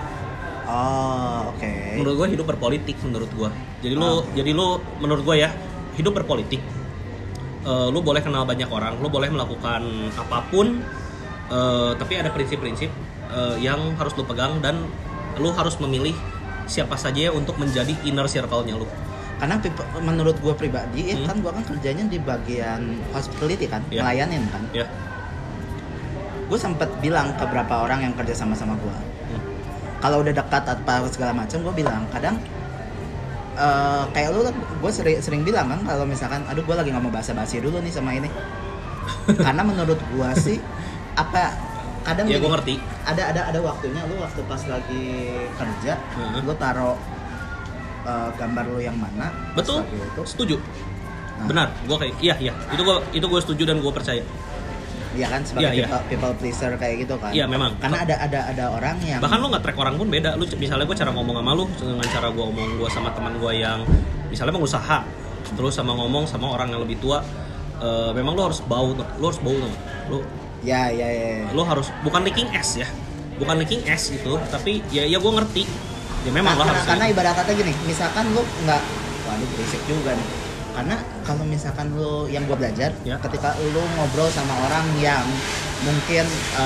Oh, oke. Menurut gue hidup berpolitik menurut gue. Jadi lu menurut gue ya, hidup berpolitik. lu boleh kenal banyak orang, lu boleh melakukan apapun, tapi ada prinsip-prinsip yang harus lu pegang, dan lu harus memilih siapa saja untuk menjadi inner circle-nya lu. Karena menurut gue pribadi, kan gue kan kerjanya di bagian hospitality kan, ngelayanin kan. Gue sempet bilang ke beberapa orang yang kerja sama-sama gue, kalau udah dekat atau segala macam, gue bilang kadang kayak lu, gue sering bilang kan kalau misalkan, aduh gue lagi nggak mau basa-basi dulu nih sama ini. Karena menurut gue sih kadang ya gue ngerti. Ada waktunya lu waktu pas lagi kerja, lu taruh gambar lu yang mana. Betul. Setuju. Benar. Gue kayak itu gue setuju dan gue percaya. Iya kan, sebagai people pleaser kayak gitu kan. Iya memang. Karena ada orang yang bahkan lu nge-track orang pun beda. Lu misalnya gue cara ngomong sama lu dengan cara gue ngomong gue sama teman gue yang misalnya pengusaha, terus sama ngomong sama orang yang lebih tua, memang lu harus bau tuh. Lu Ya. Lu harus bukan licking ass ya. Bukan licking ass itu, tapi ya gue ngerti. Ya memang lo harus. Karena ibarat kata gini, misalkan lu nggak, waduh berisik juga nih. Karena kalau misalkan lu, yang gue belajar, ketika lu ngobrol sama orang yang mungkin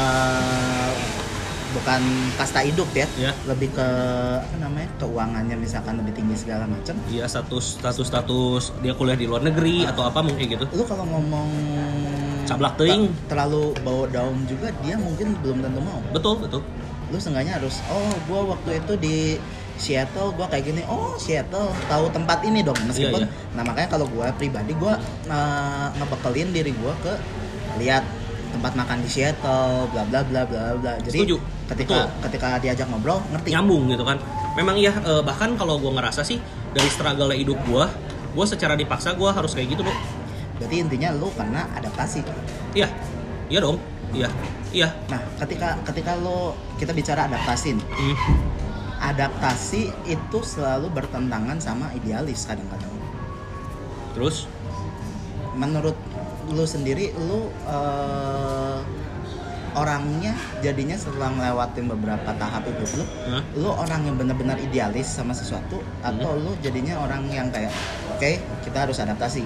bukan kasta hidup ya, lebih ke apa namanya, keuangannya misalkan lebih tinggi segala macam. Iya, status dia kuliah di luar negeri atau apa mungkin gitu. Lu kalau ngomong cablak teuing terlalu bawa daun juga, dia mungkin belum tentu mau. Betul. Lu seenggaknya harus, gue waktu itu di Seattle, gue kayak gini, Seattle, tahu tempat ini dong, meskipun nah makanya kalau gue pribadi, gue ngebekelin diri gue ke lihat tempat makan di Seattle, bla bla bla bla bla. Jadi setuju. ketika diajak ngobrol, ngerti, nyambung gitu kan. Memang bahkan kalau gue ngerasa sih dari struggle hidup gue secara dipaksa gue harus kayak gitu loh. Berarti intinya lu karena adaptasi. Iya dong. Iya. Nah, ketika kita bicara adaptasi nih, adaptasi itu selalu bertentangan sama idealis kadang-kadang. Terus? Menurut lu sendiri, lu orangnya jadinya setelah ngelewatin beberapa tahap hidup lu orang yang benar-benar idealis sama sesuatu, atau lu jadinya orang yang kayak oke, kita harus adaptasi?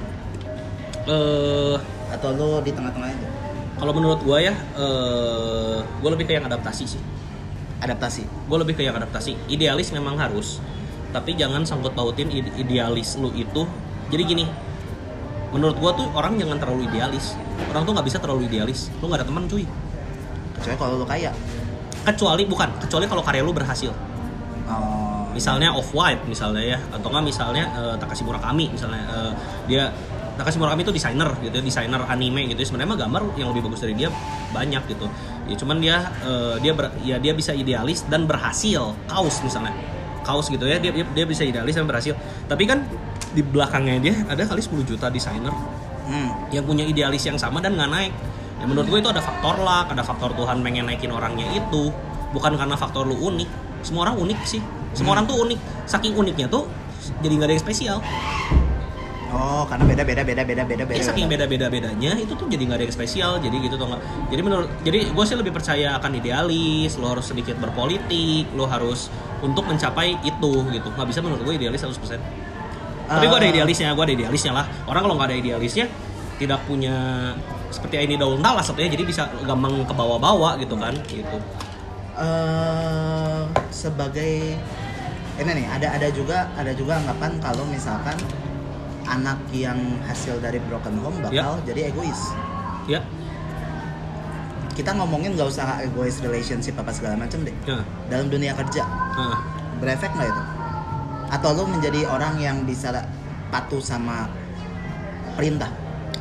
Atau lu di tengah-tengah itu? Kalau menurut gue gue lebih ke yang adaptasi sih. Adaptasi? Gue lebih ke yang adaptasi. Idealis memang harus, tapi jangan sangkut pautin idealis lu itu. Jadi gini, menurut gue tuh orang jangan terlalu idealis. Orang tuh nggak bisa terlalu idealis. Lu nggak ada teman cuy. Kecuali kalau lu kaya. Kecuali kalau karya lu berhasil. Misalnya Off-White misalnya ya, atau nggak misalnya Takashi Murakami misalnya, Takashi Murakami itu desainer gitu, desainer anime gitu. Sebenarnya mah gambar yang lebih bagus dari dia banyak gitu. Ya cuman dia bisa idealis dan berhasil. Kaos gitu ya, dia bisa idealis dan berhasil. Tapi kan di belakangnya dia ada kali 10 juta desainer yang punya idealis yang sama dan nggak naik. Ya menurut gue itu ada faktor luck, ada faktor Tuhan pengen naikin orangnya itu, bukan karena faktor lu unik. Semua orang unik sih. Semua orang tuh unik. Saking uniknya tuh jadi nggak ada yang spesial. Karena beda. Ya, saking beda-bedanya itu tuh jadi nggak ada yang spesial, jadi gitu tuh nggak. Jadi gue sih lebih percaya akan idealis. Lo harus sedikit berpolitik, lo harus untuk mencapai itu gitu. Nggak bisa menurut gue idealis 100%. Tapi gue ada idealisnya lah. Orang kalau nggak ada idealisnya, tidak punya seperti ini daun talas satunya, jadi bisa gampang ke bawah-bawah gitu kan gitu. Sebagai ini nih, ada juga anggapan kalau misalkan anak yang hasil dari broken home bakal jadi egois. Ya. Kita ngomongin nggak usah egois relationship apa segala macam deh. Dalam dunia kerja, berefek nggak itu? Atau lo menjadi orang yang bisa patuh sama perintah?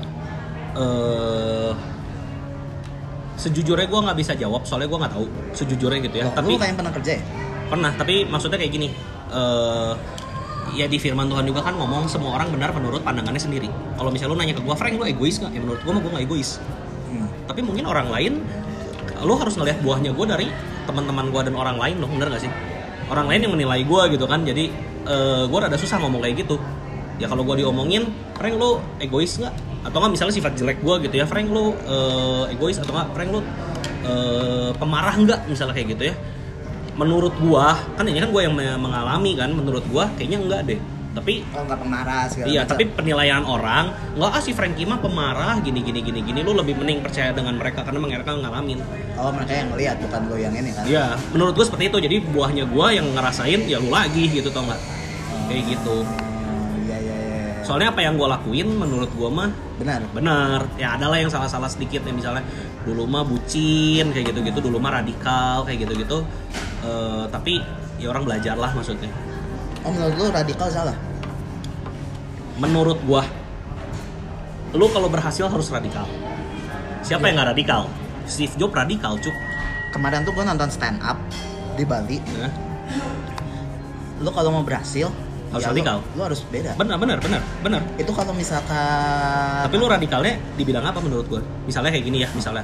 Sejujurnya gue nggak bisa jawab, soalnya gue nggak tahu sejujurnya gitu ya. Tapi lu kayak pernah kerja ya? Pernah, tapi maksudnya kayak gini. Ya di firman Tuhan juga kan ngomong semua orang benar menurut pandangannya sendiri. Kalau misalnya lu nanya ke gue, Frank, lu egois nggak? Ya menurut gue mah gue nggak egois. Tapi mungkin orang lain, lu harus ngelihat buahnya gue dari teman-teman gue dan orang lain loh, bener nggak sih? Orang lain yang menilai gue gitu kan. Jadi gue rada susah ngomong kayak gitu. Ya kalau gue diomongin, Frank lu egois nggak? Atau nggak misalnya sifat jelek gue gitu ya, Frank lu egois, atau nggak Frank lu pemarah nggak, misalnya kayak gitu ya. Menurut gua, kan ini kan gua yang mengalami kan, menurut gua kayaknya enggak deh. Tapi nggak pemarah segala iya, macam. tapi penilaian orang nggak si Frankie mah pemarah gini, lu lebih mending percaya dengan mereka karena mereka ngalamin. Oh, mereka yang ngeliat bukan lo yang ini kan? Iya, menurut gue seperti itu. Jadi buahnya gue yang ngerasain ya lu lagi gitu, tau nggak? Kayak gitu. Iya. Soalnya apa yang gue lakuin menurut gue mah benar. Ya adalah yang salah-salah sedikit ya, misalnya dulu mah bucin kayak gitu-gitu, dulu mah radikal kayak gitu-gitu. Tapi ya orang belajar lah maksudnya. Oh, menurut lu radikal salah? Menurut gua, lu kalau berhasil harus radikal. Siapa yang nggak radikal? Steve Jobs radikal, cuk. Kemarin tuh gua nonton stand up di Bali. Nah, Lu kalau mau berhasil harus ya radikal. Lu harus beda. Benar. Itu kalau misalkan. Tapi lu radikalnya dibilang apa menurut gua? Misalnya kayak gini ya, misalnya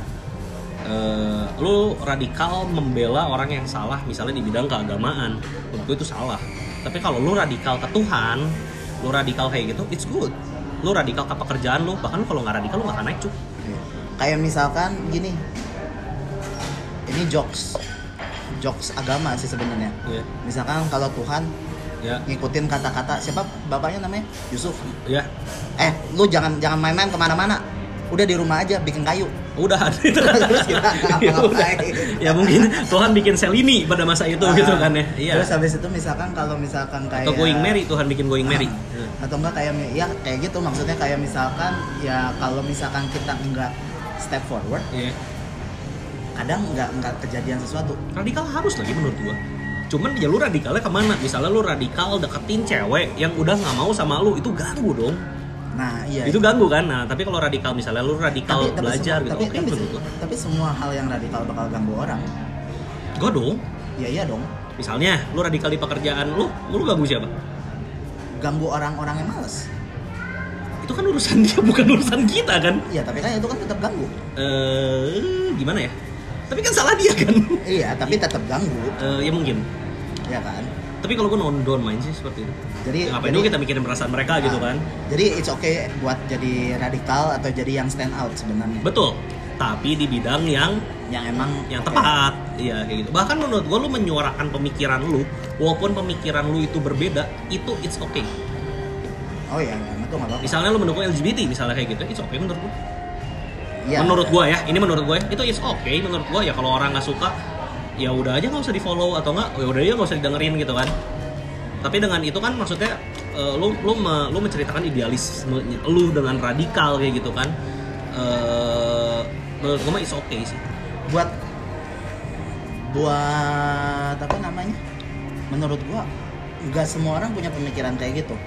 lu radikal membela orang yang salah, misalnya di bidang keagamaan, menurut gua itu salah. Tapi kalau lu radikal ke Tuhan, lu radikal kayak gitu, it's good. Lu radikal ke pekerjaan lu, bahkan lu kalau nggak radikal lu nggak akan naik, cuk. Kayak misalkan gini, ini jokes agama sih sebenarnya. Yeah. Misalkan kalau Tuhan ngikutin kata-kata siapa bapaknya namanya Yusuf. Ya. Lu jangan main-main kemana-mana. Udah di rumah aja bikin kayu. Udah itu. Terus kita ngapa-ngapain. Ya mungkin Tuhan bikin Selini pada masa itu gitu kan ya. Iya. Terus habis itu misalkan kayak atau Going Merry, Tuhan bikin Going Merry. Atau enggak kayak gitu, maksudnya kayak misalkan ya kalau misalkan kita enggak step forward, kadang enggak kejadian sesuatu. Radikal harus lagi menurut gua. Cuman ya lu radikalnya kemana? Misalnya lu radikal deketin cewek yang udah nggak mau sama lu, itu ganggu dong. Nah iya. Itu ganggu kan? Nah tapi kalau radikal misalnya lu radikal belajar gitu, oke menurut gua. Tapi semua hal yang radikal bakal ganggu orang. Gua dong. Iya dong. Misalnya lu radikal di pekerjaan lu ganggu siapa? Ganggu orang-orang yang malas. Itu kan urusan dia, bukan urusan kita kan? Iya, tapi kan itu kan tetap ganggu. Gimana ya? Tapi kan salah dia kan? Iya, tapi tetap ganggu. Ya mungkin. Iya kan? Tapi kalau gue non main sih seperti itu. Jadi ngapain dulu kita mikirin perasaan mereka gitu kan? Jadi it's okay buat jadi radikal atau jadi yang stand out sebenarnya. Betul. Tapi di bidang yang emang yang tepat. Iya kayak gitu. Bahkan menurut gue lu menyuarakan pemikiran lu, walaupun pemikiran lu itu berbeda, itu it's okay. Oh iya, itu nggak apa-apa. Misalnya lu mendukung LGBT misalnya kayak gitu, it's okay menurut gue. Ya. Menurut gue ya, ini menurut gue itu it's okay menurut gue ya. Kalau orang nggak suka, ya udah aja nggak usah di follow atau nggak, ya udah aja nggak usah didengerin gitu kan. Tapi dengan itu kan maksudnya lu menceritakan idealisme lu dengan radikal kayak gitu kan. Menurut gue mah it's okay sih. Buat apa namanya? Menurut gue nggak semua orang punya pemikiran kayak gitu.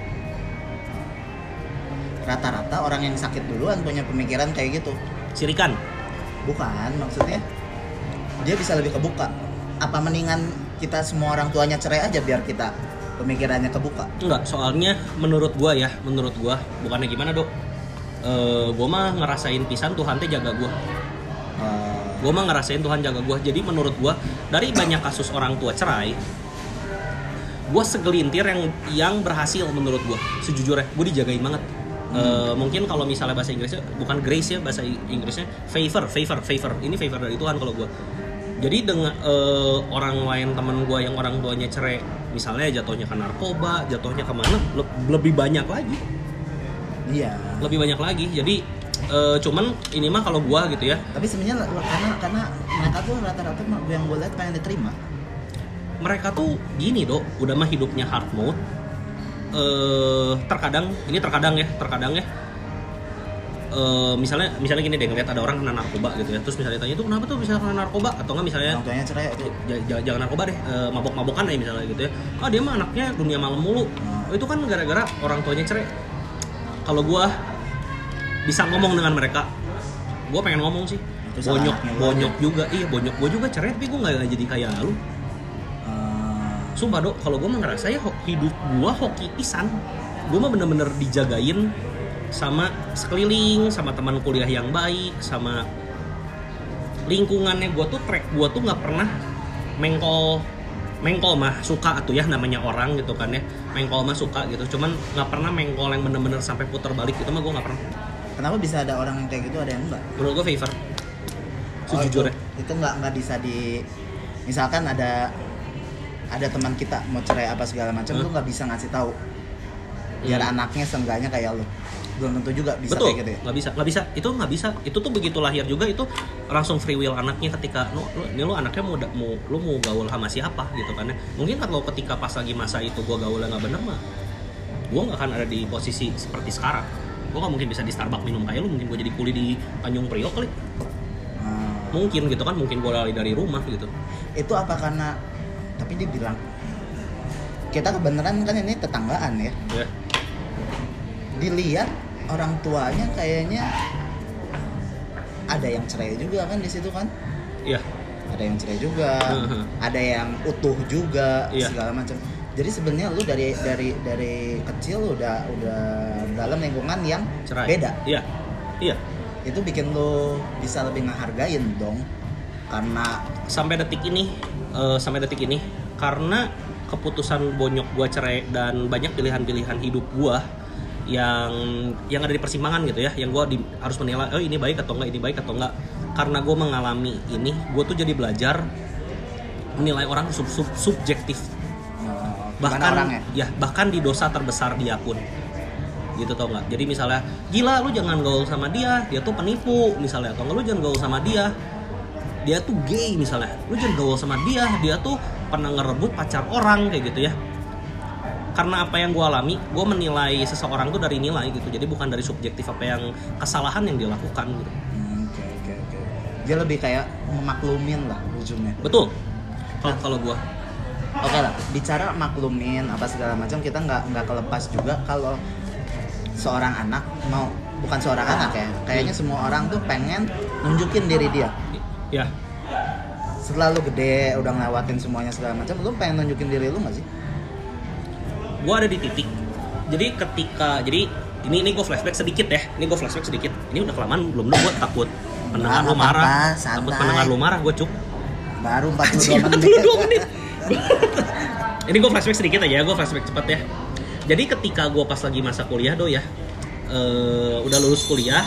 Rata-rata orang yang sakit duluan punya pemikiran kayak gitu. Sirikan? Bukan, maksudnya dia bisa lebih kebuka. Apa mendingan kita semua orang tuanya cerai aja biar kita pemikirannya kebuka? Enggak, soalnya menurut gua bukannya gimana dok, gua mah ngerasain pisan Tuhan teh jaga gua. Gua mah ngerasain Tuhan jaga gua. Jadi menurut gua dari banyak kasus orang tua cerai, gua segelintir yang berhasil menurut gua. Sejujurnya gua dijagain banget. Mungkin kalau misalnya bahasa Inggrisnya bukan grace ya, bahasa Inggrisnya favor. Ini favor dari Tuhan kalau gue. Jadi dengan orang lain teman gue yang orang tuanya cerai, misalnya jatuhnya ke narkoba, jatuhnya kemana, lebih banyak lagi. Iya. Lebih banyak lagi. Jadi cuman ini mah kalau gue gitu ya. Tapi sebenarnya karena mereka tuh rata-rata yang gue lihat pengen diterima. Mereka tuh gini dok, udah mah hidupnya hard mode. Terkadang ya misalnya gini deh, ngeliat ada orang kena narkoba gitu ya, terus misalnya tanya itu kenapa tuh bisa kena narkoba, atau nggak misalnya orang tuanya cerai itu jangan narkoba deh, mabok-mabokan deh misalnya gitu ya, dia mah anaknya dunia malam mulu. Itu kan gara-gara orang tuanya cerai. Kalau gua bisa ngomong dengan mereka, gua pengen ngomong sih, bonyok juga, iya bonyok gua juga cerai tapi gua nggak jadi kayak lu. Sumpah dok, kalau gue mah ngerasa ya hidup gue hoki pisan. Gue mah bener-bener dijagain sama sekeliling, sama teman kuliah yang baik, sama lingkungannya. Gue tuh track gue tuh nggak pernah mengkol mah suka tuh ya namanya orang gitu kan ya. Mengkol mah suka gitu, cuman nggak pernah mengkol yang bener-bener sampai putar balik gitu mah gue nggak pernah. Kenapa bisa ada orang yang kayak gitu, ada yang enggak? Menurut gue favor. Sejujurnya. Itu nggak bisa misalkan ada teman kita mau cerai apa segala macam, lu nggak bisa ngasih tahu biar anaknya seenggaknya kayak lu. Belum tentu juga bisa. Betul, kayak gitu ya. nggak bisa. Itu tuh begitu lahir juga itu langsung free will anaknya ketika lu anaknya mau gaul sama siapa gitu kan ya. Mungkin kalau ketika pas lagi masa itu gua gaulnya nggak bener mah, gua nggak akan ada di posisi seperti sekarang. Gua nggak mungkin bisa di Starbucks minum kayak lu, mungkin gua jadi kuli di Tanjung Priok kali. Mungkin gitu kan, mungkin gua lari dari rumah gitu. Itu apa karena, tapi dia bilang kita kebenaran kan ini tetanggaan ya. Yeah. Dilihat orang tuanya kayaknya ada yang cerai juga kan di situ kan? Iya. Ada yang cerai juga, ada yang utuh juga, segala macam. Jadi sebenarnya lu dari kecil udah dalam lingkungan yang cerai. Beda. Iya. Itu bikin lu bisa lebih ngehargain dong. Karena sampai detik ini karena keputusan bonyok gua cerai dan banyak pilihan-pilihan hidup gua yang ada di persimpangan gitu ya, yang gue harus menilai ini baik atau enggak, karena gue mengalami ini, gue tuh jadi belajar menilai orang subjektif, bahkan bahkan di dosa terbesar dia pun gitu, tau nggak? Jadi misalnya gila lu jangan gaul sama dia tuh penipu misalnya, atau enggak lu jangan gaul sama dia tuh gay misalnya, lu jangan gaul sama dia tuh pernah ngerebut pacar orang kayak gitu ya. Karena apa yang gue alami, gue menilai seseorang tuh dari nilai gitu. Jadi bukan dari subjektif apa yang kesalahan yang dia lakukan gitu. Oke. Dia lebih kayak memaklumin lah ujungnya. Betul. Kalau gue. Oke lah, bicara maklumin apa segala macam, kita nggak kelepas juga kalau seorang anak bukan seorang anak ya. Kayaknya semua orang tuh pengen nunjukin diri dia. Ya. Setelah lu gede, udah ngelewatin semuanya segala macam, lu pengen nunjukin diri lu nggak sih? Gue ada di titik, jadi ini gue flashback sedikit ya, ini udah kelamaan belum gue takut pendengar lu marah, gue cuk baru 42 menit. Ini gue flashback sedikit aja, gue flashback cepat ya. Jadi ketika gue pas lagi masa kuliah udah lulus kuliah,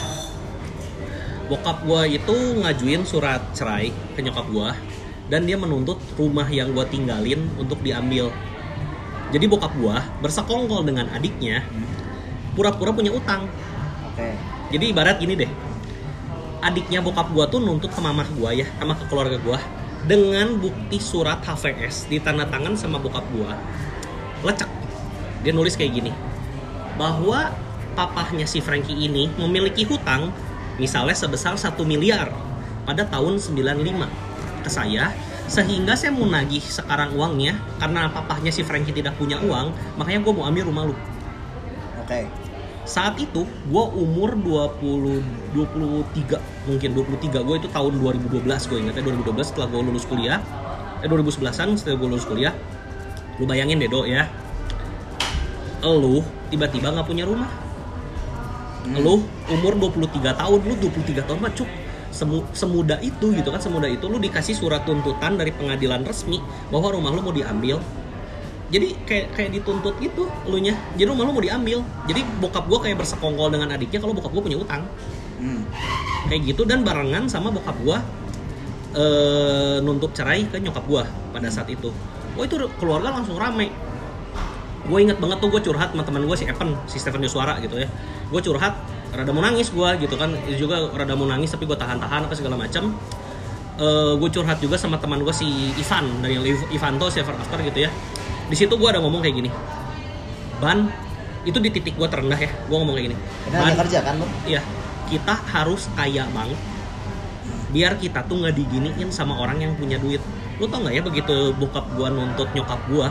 bokap gue itu ngajuin surat cerai ke nyokap gue, dan dia menuntut rumah yang gue tinggalin untuk diambil. Jadi bokap gua bersekongkol dengan adiknya, pura-pura punya utang. Oke. Jadi ibarat gini deh, adiknya bokap gua tuh nuntut ke mamah gua ya, sama ke keluarga gua, dengan bukti surat HVS ditandatangan sama bokap gua. Lecek. Dia nulis kayak gini, bahwa papahnya si Frankie ini memiliki hutang misalnya sebesar 1 miliar pada tahun 95 ke saya. Sehingga saya mau nagih sekarang uangnya, karena papahnya si Frankie tidak punya uang, makanya gue mau ambil rumah lu. Oke. Saat itu gue umur 23, gue itu tahun 2012, gue ingatnya 2012 setelah gue lulus kuliah, 2011an setelah gue lulus kuliah. Lu bayangin deh Do ya, lu tiba-tiba gak punya rumah. Lu umur 23 tahun, lu 23 tahun mah cuk, semudah itu gitu kan, semudah itu lu dikasih surat tuntutan dari pengadilan resmi bahwa rumah lu mau diambil. Jadi kayak dituntut gitu elunya, jadi rumah lu mau diambil. Jadi bokap gua kayak bersekongkol dengan adiknya kalau bokap gua punya utang. Kayak gitu, dan barengan sama bokap gua nuntut cerai ke nyokap gua pada saat itu. Wah itu keluarga langsung rame. Gue inget banget tuh gue curhat sama teman gue si Stephen Yuswara gitu ya. Gue curhat, rada mau nangis gue gitu kan, juga rada mau nangis tapi gue tahan-tahan apa segala macam. Gue curhat juga sama teman gue si Ivan dari Ivanto Ever After gitu ya. Di situ gue ada ngomong kayak gini, Ban, itu di titik gue terendah ya, gue ngomong kayak gini. Ban, kerja kan lu? Iya, kita harus kaya banget biar kita tuh nggak diginiin sama orang yang punya duit. Lu tau nggak ya, begitu bokap gue nuntut nyokap gue,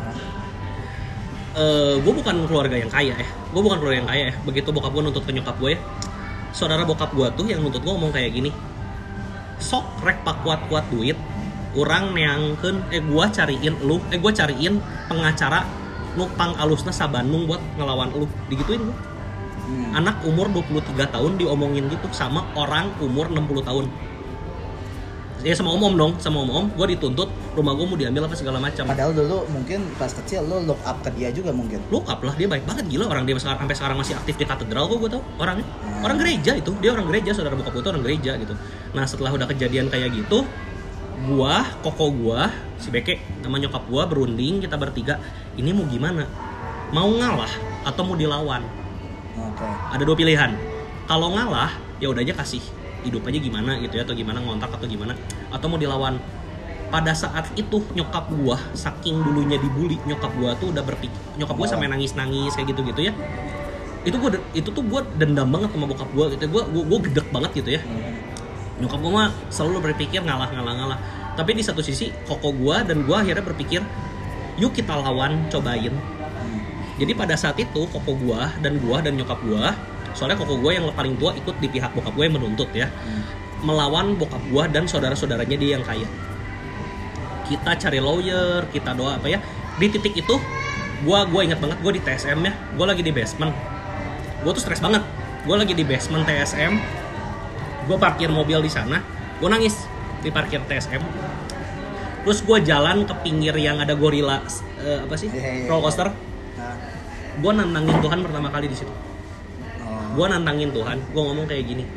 gue bukan keluarga yang kaya ya. Begitu bokap gue nuntut ke nyokap gue ya, saudara bokap gue tuh yang nuntut gue ngomong kayak gini, sok rek pak kuat duit, orang neangkeun, gue cariin pengacara nupang alusna sa Bandung buat ngelawan lu, digituin gue. Anak umur 23 tahun diomongin gitu sama orang umur 60 tahun. Ya sama om gue dituntut rumah gue mau diambil apa segala macam. Padahal dulu mungkin pas kecil lo look up ke dia juga mungkin. Look up lah, dia baik banget, gila orang dia sampai sekarang masih aktif di katedral kok, gue tau orangnya. Orang gereja itu, dia orang gereja, saudara bokap gue tuh orang gereja gitu. Nah setelah udah kejadian kayak gitu, koko gue, si Beke, nama nyokap gue berunding, kita bertiga, ini mau gimana? Mau ngalah atau mau dilawan. Oke. Ada 2 pilihan. Kalau ngalah, ya udah aja kasih hidup aja gimana gitu ya, atau gimana ngontrak atau gimana, atau mau dilawan. Pada saat itu nyokap gua saking dulunya dibully, nyokap gua tuh udah berpikir, nyokap gua sampai nangis-nangis kayak gitu-gitu ya. Itu tuh gua dendam banget sama bokap gua gitu. Gua gedek banget gitu ya. Nyokap gua mah selalu berpikir ngalah. Tapi di satu sisi koko gua dan gua akhirnya berpikir, yuk kita lawan, cobain. Jadi pada saat itu koko gua dan nyokap gua, soalnya koko gua yang paling tua ikut di pihak bokap gua yang menuntut ya, melawan bokap gua dan saudara-saudaranya dia yang kaya. Kita cari lawyer, kita doa apa ya. Di titik itu, gua ingat banget gua di TSM ya, gua lagi di basement. Gua tuh stres banget. Gua lagi di basement TSM. Gua parkir mobil di sana, gua nangis di parkir TSM. Terus gua jalan ke pinggir yang ada gorila roller coaster. Gua nantangin Tuhan pertama kali di situ. Gua nantangin Tuhan, gua ngomong kayak gini.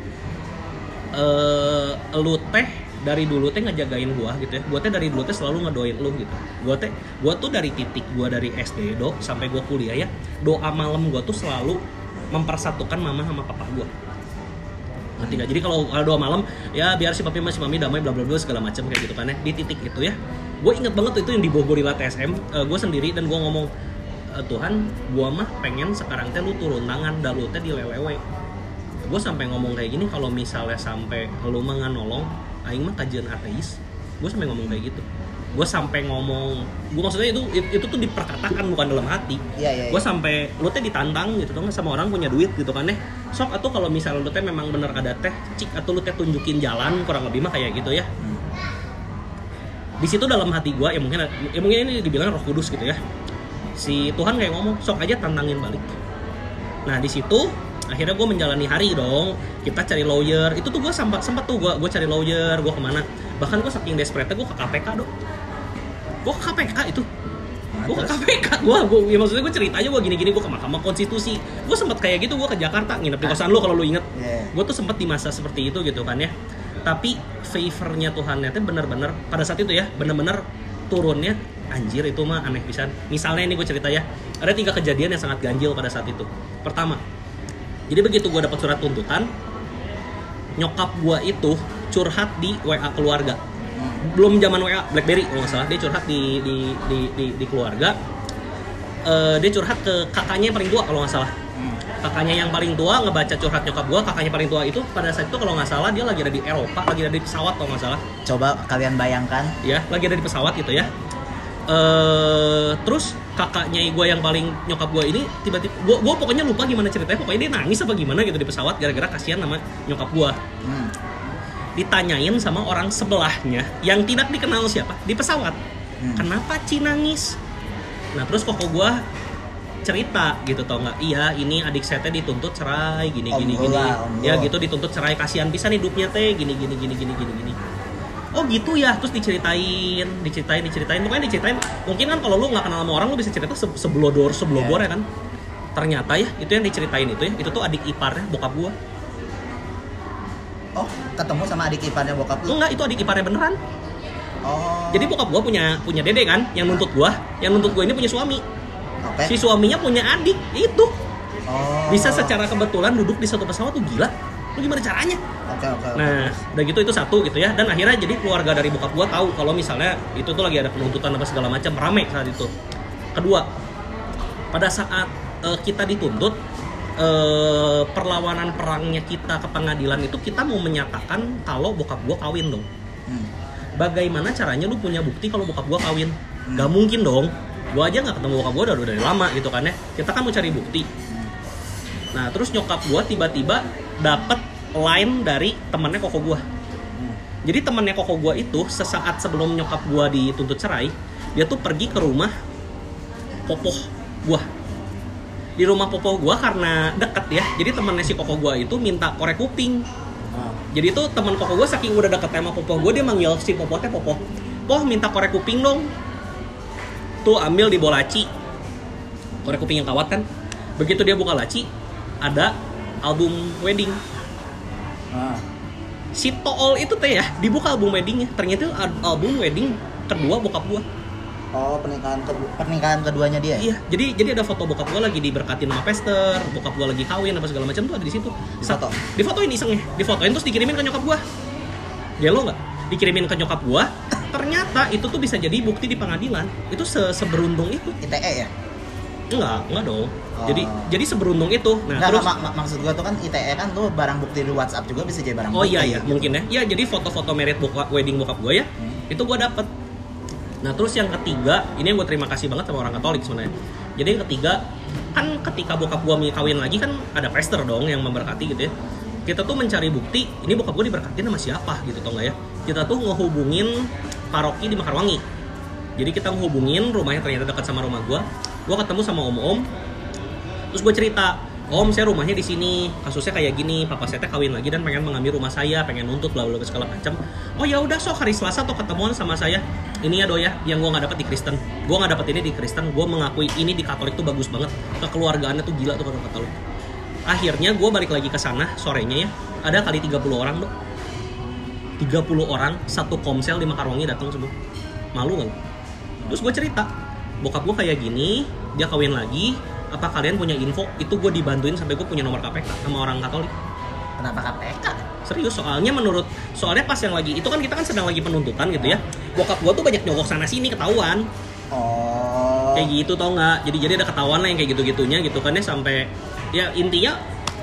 Lu teh dari dulu teh ngejagain gua gitu ya. Gua teh dari dulu teh selalu ngedoain lu gitu. Gua tuh dari titik gua dari SD sampai gua kuliah ya, doa malam gua tuh selalu mempersatukan mama sama papa gua. Ngerti gak? Jadi kalau doa malam ya biar si papi sama si mami damai bla bla bla segala macam kayak gitu kan ya. Di titik itu ya, gua inget banget tuh itu yang di bawah gorila TSM. Gua sendiri dan gua ngomong, Tuhan, gua mah pengen sekarang teh lu turun tangan dan lu teh dilelewe. Gua sampai ngomong kayak gini, kalau misalnya sampai lu mah nolong aing mah kajian ateis. Gue sampai ngomong kayak gitu. Gue sampai ngomong, gue maksudnya itu tuh diperkatakan bukan dalam hati. Gue sampai lu teh ditantang gitu dong sama orang punya duit gitu kan sok atau kalau misalnya lu teh memang bener ada teh cik atau lu teh tunjukin jalan, kurang lebih mah kayak gitu ya. Di situ dalam hati gue ya mungkin ini dibilang Roh Kudus gitu ya. Si Tuhan kayak ngomong, sok aja tantangin balik. Nah di situ akhirnya gue menjalani hari dong, kita cari lawyer. Itu tuh gue sempat tuh gue cari lawyer, gue kemana, bahkan gue saking desperate gue ke KPK dong. Gue ke KPK itu, gue ke KPK, ya maksudnya gue ceritanya gue gini-gini, gue ke Mahkamah Konstitusi, gue sempat kayak gitu, gue ke Jakarta nginep di kosan lu kalau lu inget. Gue tuh sempat di masa seperti itu gitu kan ya. Tapi favornya Tuhan itu bener-bener pada saat itu ya, bener-bener turunnya anjir itu mah aneh pisan. Misalnya ini gue cerita ya, ada 3 kejadian yang sangat ganjil pada saat itu. Pertama, jadi begitu gue dapat surat tuntutan, nyokap gue itu curhat di WA keluarga. Belum zaman WA BlackBerry kalau nggak salah, dia curhat di keluarga. Dia curhat ke kakaknya yang paling tua kalau nggak salah. Kakaknya yang paling tua ngebaca curhat nyokap gue. Kakaknya paling tua itu pada saat itu kalau nggak salah dia lagi ada di Eropa, lagi ada di pesawat kalau nggak salah. Coba kalian bayangkan. Ya, lagi ada di pesawat gitu ya. Terus kakaknya gue yang paling nyokap gue ini tiba-tiba gue pokoknya lupa gimana ceritanya, pokoknya dia nangis apa gimana gitu di pesawat gara-gara kasihan sama nyokap gue. Ditanyain sama orang sebelahnya yang tidak dikenal siapa di pesawat, kenapa Ci nangis? Nah terus koko gue cerita gitu tau nggak, iya ini adik saya teh dituntut cerai gini. Ya gitu dituntut cerai, kasihan pisan hidupnya teh gini. Oh gitu ya, terus diceritain. Pokoknya diceritain. Mungkin kan kalau lu nggak kenal sama orang, lu bisa cerita sebelodor ya kan. Ternyata ya, itu yang diceritain itu tuh adik iparnya bokap gua. Oh, ketemu sama adik iparnya bokap lu? Enggak, itu adik iparnya beneran. Oh. Jadi bokap gua punya dede kan, yang nuntut gua ini punya suami. Okay. Si suaminya punya adik, itu. Oh. Bisa secara kebetulan duduk di satu pesawat tuh gila. Lu gimana caranya? Okay. Nah, udah gitu itu satu gitu ya. Dan akhirnya jadi keluarga dari bokap gua tahu kalau misalnya itu tuh lagi ada penuntutan apa segala macam, rame saat itu. Kedua, pada saat kita dituntut, perlawanan perangnya kita ke pengadilan itu kita mau menyatakan kalau bokap gua kawin dong. Bagaimana caranya lu punya bukti kalau bokap gua kawin? Gak mungkin dong. Gua aja nggak ketemu bokap gua udah dari lama gitu kan ya. Kita kan mau cari bukti. Nah, terus nyokap gua tiba-tiba dapet line dari temannya koko gua. Jadi temannya koko gua itu sesaat sebelum nyokap gua dituntut cerai, dia tuh pergi ke rumah popoh gua. Di rumah popoh gua karena deket ya. Jadi temannya si koko gua itu minta korek kuping. Jadi itu teman koko gua saking udah deket sama popoh gua, dia manggil si popoh teh popoh. Poh minta korek kuping dong. Tuh ambil di bawah laci. Korek kuping yang kawat kan. Begitu dia buka laci, ada album wedding. Si Tool itu teh ya dibuka album weddingnya, ternyata album wedding kedua bokap gua. Oh, pernikahan keduanya dia. Iya, jadi ada foto bokap gue lagi diberkatin sama pester, bokap gue lagi kawin apa segala macam tuh ada di situ. Foto. Difotoin isengnya, difotoin terus dikirimin ke nyokap gue. Gelo nggak? Dikirimin ke nyokap gue. Ternyata itu tuh bisa jadi bukti di pengadilan. Itu seberuntung itu. ITE ya? Enggak dong. Oh. Jadi seberuntung itu. Nah, nggak, terus maksud gua tuh kan ITE kan tuh barang bukti di WhatsApp juga bisa jadi barang oh bukti. iya gitu. mungkin ya. Ya jadi foto-foto merit wedding bokap gue ya. Itu gue dapet. Nah terus yang ketiga, ini yang gue terima kasih banget sama orang Katolik sebenarnya. Jadi yang ketiga, kan ketika bokap gue kawin lagi kan ada pester dong yang memberkati gitu ya. Kita tuh mencari bukti, ini bokap gue diberkatin sama siapa gitu tau gak ya. Kita tuh ngehubungin paroki di Mekarwangi. Jadi kita ngehubungin rumahnya ternyata dekat sama rumah gue. Gue ketemu sama om-om, terus gue cerita, om saya rumahnya di sini, kasusnya kayak gini, papa saya kawin lagi dan pengen mengambil rumah saya, pengen nuntut bla bla segala macam. Oh ya udah, sok hari Selasa tuh ketemuan sama saya. Ini ya do ya, yang gue nggak dapet di Kristen. Gue nggak dapet ini di Kristen, gue mengakui ini di Katolik tuh bagus banget. Kekeluargaannya tuh gila tuh kalau Katolik. Akhirnya gue balik lagi ke sana sorenya ya, ada kali 30 orang do. 30 orang satu komsel di Mekarwangi datang semua. Malu kan? Terus gue cerita, bokap gue kayak gini, dia kawin lagi. Apa kalian punya info? Itu gue dibantuin sampai gue punya nomor KPK sama orang Katolik. Kenapa KPK? Serius, soalnya pas yang lagi itu kan kita kan sedang lagi penuntutan gitu ya. Bokap gue tuh banyak nyogok sana sini ketahuan. Oh. Kayak gitu tau nggak? Jadi ada ketahuan lah yang kayak gitu-gitunya gitu kan ya, sampai ya intinya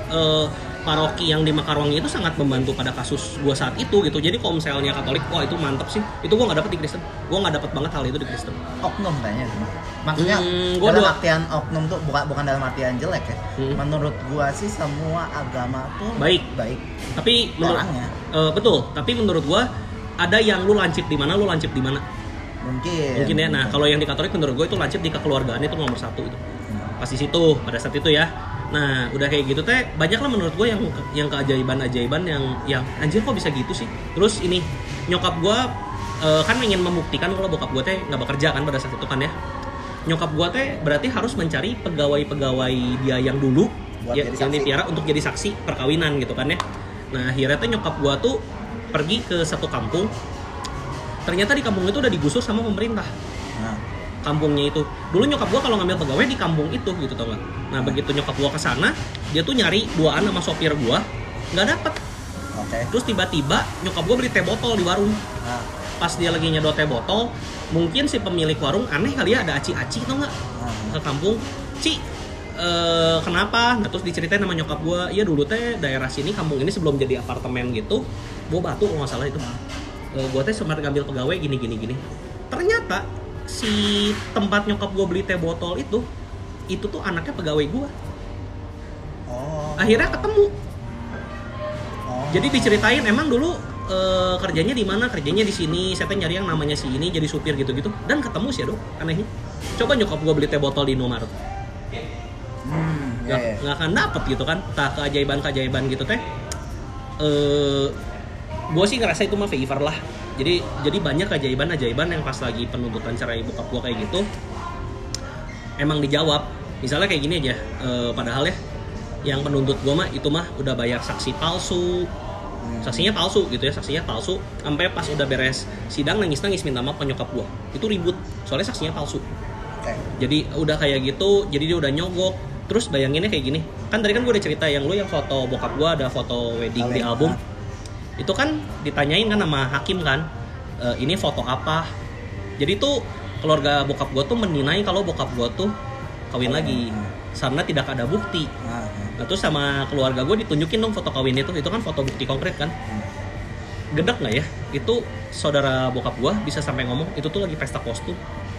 paroki yang di Mekarwangi itu sangat membantu pada kasus gue saat itu gitu. Jadi kalau misalnya Katolik, wah itu mantep sih. Itu gue nggak dapet di Kristen. Gue nggak dapet banget hal itu di Kristen. Oknum kayaknya. Maksudnya dalam artian oknum tuh bukan dalam artian jelek ya. Menurut gue sih semua agama tuh baik. Tapi menurut orangnya. Betul. Tapi menurut gue ada yang lu lancip di mana, lu lancip di mana. Mungkin ya. Nah kalau yang di Katolik menurut gue itu lancip di kekeluargaan itu nomor 1 itu. Pas di situ pada saat itu ya. Nah udah kayak gitu teh banyak lah menurut gue yang keajaiban yang anjir kok bisa gitu sih. Terus ini nyokap gue kan ingin membuktikan kalau bokap gue teh nggak bekerja kan pada saat itu kan ya. Nyokap gue teh berarti harus mencari pegawai dia yang dulu yang dipiara untuk jadi saksi perkawinan gitu kan ya. Nah akhirnya teh nyokap gue tuh pergi ke satu kampung. Ternyata di kampung itu udah digusur sama pemerintah. Kampungnya itu dulu nyokap gua kalau ngambil pegawai di kampung itu gitu tau gak. Nah begitu nyokap gua kesana, dia tuh nyari duaan sama sopir gua, nggak dapet. Terus tiba-tiba nyokap gua beli teh botol di warung. Pas dia lagi nyedot teh botol, mungkin si pemilik warung aneh kali ya, ada aci-aci tau nggak ke kampung. Ci kenapa? Nah terus diceritain sama nyokap gua, iya dulu teh daerah sini kampung ini sebelum jadi apartemen gitu, Buah Batu kalau nggak salah itu. Gua teh sempat ngambil pegawai gini. Ternyata si tempat nyokap gue beli teh botol itu tuh anaknya pegawai gue. Akhirnya ketemu. Jadi diceritain emang dulu kerjanya di mana, kerjanya di sini, saya nyari yang namanya si ini jadi supir gitu-gitu, dan ketemu sih aduh anehnya. Coba nyokap gue beli teh botol di Indomaret. Nggak akan dapet gitu kan. Tah keajaiban gitu teh. Gue sih ngerasa itu mah favor lah. Jadi banyak keajaiban yang pas lagi penuntutan cerai bokap gue kayak gitu emang dijawab. Misalnya kayak gini aja, padahal ya yang penuntut gue mah itu mah udah bayar saksi palsu, saksinya palsu gitu ya, saksinya palsu sampai pas udah beres sidang nangis minta maaf ke nyokap gue. Itu ribut soalnya saksinya palsu. Jadi udah kayak gitu, jadi dia udah nyogok. Terus bayanginnya kayak gini, kan tadi kan gue udah cerita yang lu yang foto bokap gue ada foto wedding di album. Itu kan ditanyain kan sama hakim kan, ini foto apa. Jadi tuh keluarga bokap gue tuh menilai kalau bokap gue tuh kawin lagi karena tidak ada bukti. Nah terus sama keluarga gue ditunjukin dong foto kawin itu kan foto bukti konkret kan. Gedek nggak ya? Itu saudara bokap gue bisa sampai ngomong itu tuh lagi pesta kostum.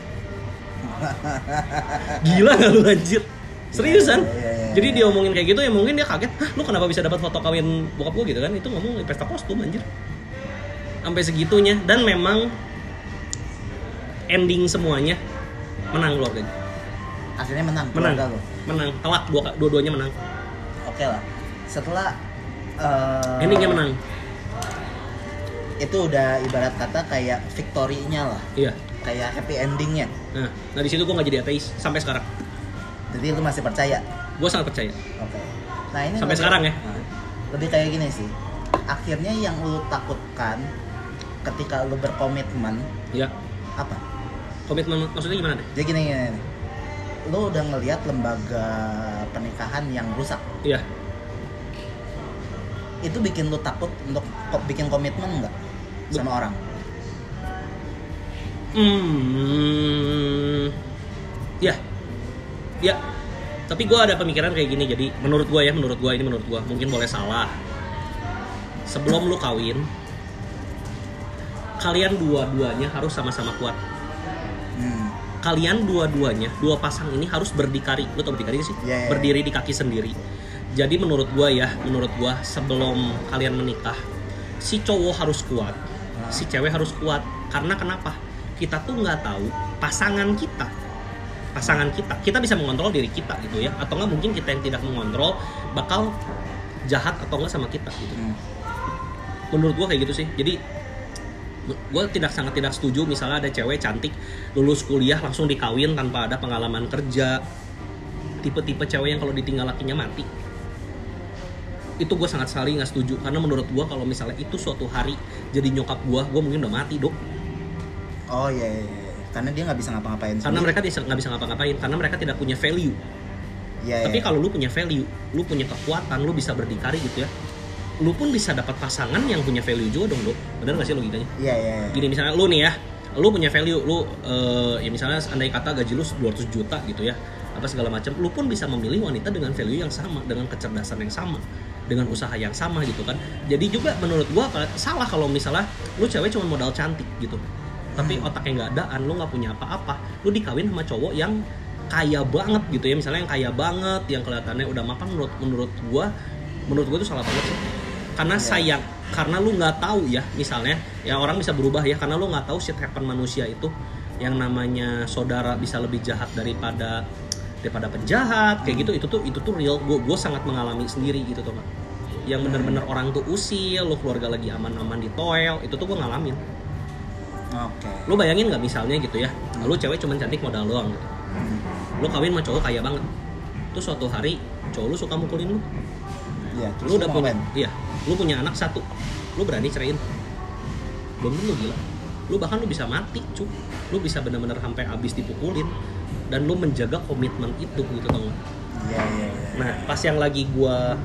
Gila nggak lu anjir? Seriusan? Jadi dia omongin kayak gitu ya mungkin dia kaget, hah lu kenapa bisa dapat foto kawin bokap gue gitu kan? Itu ngomong di pesta kostum anjir. Sampai segitunya, dan memang ending semuanya menang keluarganya. Akhirnya menang. Menang, telak dua-duanya menang. Oke lah. Setelah endingnya menang. Itu udah ibarat kata kayak victory-nya lah. Iya. Kayak happy endingnya. Nah di situ gue nggak jadi ateis sampai sekarang. Jadi lu masih percaya? Gue sangat percaya. Oke. Nah ini sampai sekarang ya. Lebih kayak gini sih. Akhirnya yang lu takutkan ketika lu berkomitmen. Ya. Apa? Komitmen maksudnya gimana deh? Jadi gini. Lo udah ngelihat lembaga pernikahan yang rusak. Iya. Itu bikin lo takut untuk bikin komitmen nggak sama orang? Ya. Ya. Tapi gue ada pemikiran kayak gini. Jadi menurut gue mungkin boleh salah. Sebelum lu kawin, kalian dua-duanya harus sama-sama kuat. Kalian dua-duanya, dua pasang ini harus berdikari. Lu tau berdikari sih? Yeah. Berdiri di kaki sendiri. Jadi menurut gua sebelum kalian menikah, si cowok harus kuat, si cewek harus kuat. Karena kenapa? Kita tuh nggak tahu pasangan kita bisa mengontrol diri kita gitu ya, atau nggak mungkin kita yang tidak mengontrol bakal jahat atau nggak sama kita gitu. Menurut gua kayak gitu sih. Jadi gue sangat tidak setuju misalnya ada cewek cantik lulus kuliah langsung dikawin tanpa ada pengalaman kerja, tipe-tipe cewek yang kalau ditinggal lakinya mati. Itu gue sangat sekali nggak setuju, karena menurut gue kalau misalnya itu suatu hari jadi nyokap gue mungkin udah mati dok. Oh iya. Karena dia nggak bisa ngapa-ngapain. Karena mereka nggak bisa ngapa-ngapain karena mereka tidak punya value. Tapi kalau lu punya value, lu punya kekuatan, lu bisa berdikari gitu ya, lu pun bisa dapat pasangan yang punya value juga dong, Dok. Benar nggak sih logikanya? Iya. Gini misalnya lu nih ya, lu punya value, lu ya misalnya andai kata gaji lu 200 juta gitu ya, apa segala macam, lu pun bisa memilih wanita dengan value yang sama, dengan kecerdasan yang sama, dengan usaha yang sama gitu kan. Jadi juga menurut gua salah kalau misalnya lu cewek cuma modal cantik gitu, tapi otaknya nggak adaan, lu nggak punya apa-apa, lu dikawin sama cowok yang kaya banget gitu ya, misalnya yang kaya banget, yang kelihatannya udah mapan, menurut gua itu salah banget sih. Karena sayang, karena lu nggak tahu ya, misalnya ya orang bisa berubah ya, karena lu nggak tahu shit happen manusia itu, yang namanya saudara bisa lebih jahat daripada penjahat kayak gitu. Itu tuh real. Gue sangat mengalami sendiri gitu tuh, yang benar-benar orang tuh usil, lu keluarga lagi aman-aman di toel, itu tuh gue ngalamin. Oke. Lu bayangin nggak misalnya gitu ya, lu cewek cuma cantik modal doang gitu, lu kawin sama cowok kaya banget, terus suatu hari cowok lu suka mukulin lu. Iya, lu udah punya, lu punya anak satu, lu berani ceraiin? Belum tentu, gila. Lu bahkan lu bisa mati, cu. Lu bisa benar-benar sampai habis dipukulin, dan lu menjaga komitmen itu gitu, tau gak? Iya. Nah, pas yang lagi gua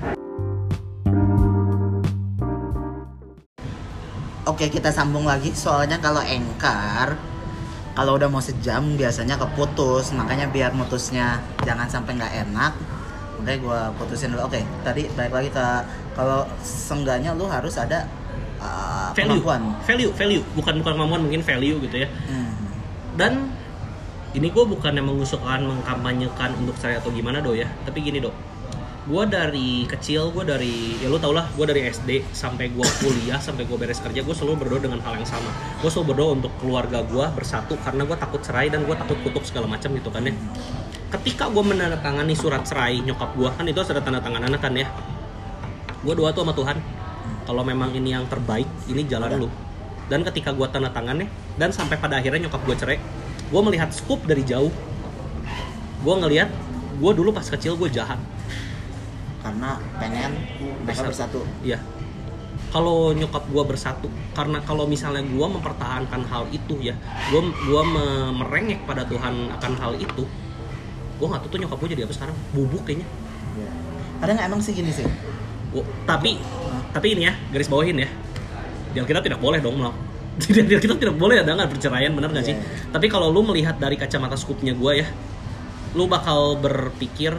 Oke, kita sambung lagi. Soalnya kalau Anchor, kalau udah mau sejam biasanya keputus, makanya biar mutusnya jangan sampai nggak enak, makanya gue putusin dulu. Oke, tadi balik lagi ke kalau seenggaknya lu harus ada kemampuan. Value, bukan kemampuan, mungkin value gitu ya. Dan ini gue bukan yang mengkampanyekan untuk cerai atau gimana do ya, tapi gini do, gue dari kecil, ya lu tau lah, gue dari SD sampai gue kuliah, sampai gue beres kerja, gue selalu berdoa dengan hal yang sama. Gue selalu berdoa untuk keluarga gue bersatu, karena gue takut cerai dan gue takut kutuk segala macam gitu kan ya. Ketika gue menandatangani surat cerai nyokap gue, kan itu ada tanda tangan kan ya, gue doa tuh sama Tuhan, kalau memang ini yang terbaik, ini jalan lu. Dan ketika gue tanda tangannya, dan sampai pada akhirnya nyokap gue cerai, gue melihat scoop dari jauh. Gue ngelihat, gue dulu pas kecil gue jahat, karena pengen mereka bersatu. Iya. Kalau nyokap gue bersatu, karena kalau misalnya gue mempertahankan hal itu ya, gue merengek pada Tuhan akan hal itu, gue nggak tahu tuh nyokap gue jadi apa sekarang, bubuk kayaknya. Ya. Kadang emang sih gini sih. Tapi ini ya, garis bawahin ya, di Alkitab tidak boleh dong di Alkitab tidak boleh ada nggak perceraian, benar nggak sih? Tapi kalau lu melihat dari kacamata skupnya gue ya, lu bakal berpikir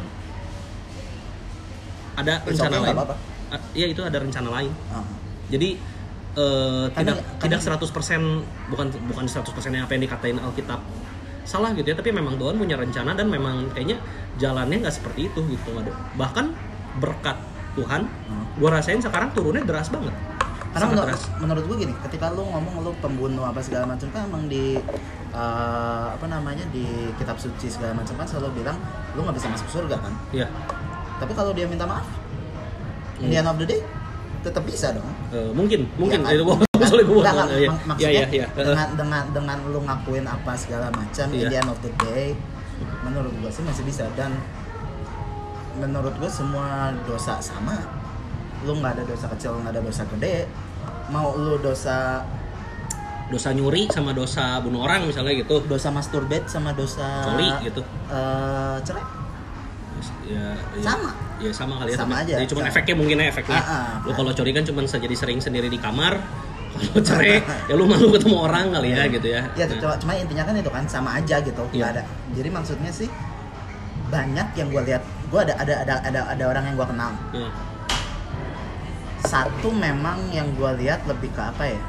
ada rencana lain. Iya, itu ada rencana lain. Jadi tidak 100%, bukan 100% apa yang dikatain Alkitab salah gitu ya, tapi memang Tuhan punya rencana dan memang kayaknya jalannya nggak seperti itu gitu. Bahkan berkat Tuhan, gue rasain sekarang turunnya deras banget. Karena menurut gue gini, ketika lu ngomong lu pembunuh apa segala macam, kan emang di di kitab suci segala macam kan selalu bilang lu nggak bisa masuk surga kan? Iya. Tapi kalau dia minta maaf, in the end of the day tetap bisa dong. Mungkin ya, kan? itu gue maksudnya dengan lu ngakuin apa segala macam, in the end of the day menurut gue sih masih bisa. Dan menurut gue semua dosa sama. Lu nggak ada dosa kecil, nggak ada dosa gede. Mau lu dosa dosa nyuri sama dosa bunuh orang misalnya gitu. Dosa masturbate sama dosa Coli gitu. Cerai. Ya, Sama. Ya sama kali ya. Sama aja. Jadi cuma efeknya mungkin ya efeknya. Lu kalau coli kan cuma jadi sering sendiri di kamar. Kalau cerai ya lu malu ketemu orang kali ya gitu ya. Ya cuma intinya kan itu kan sama aja gitu. Nggak ada. Jadi maksudnya sih banyak yang gue lihat. Gue ada orang yang gue kenal. Satu memang yang gue lihat lebih ke apa ya?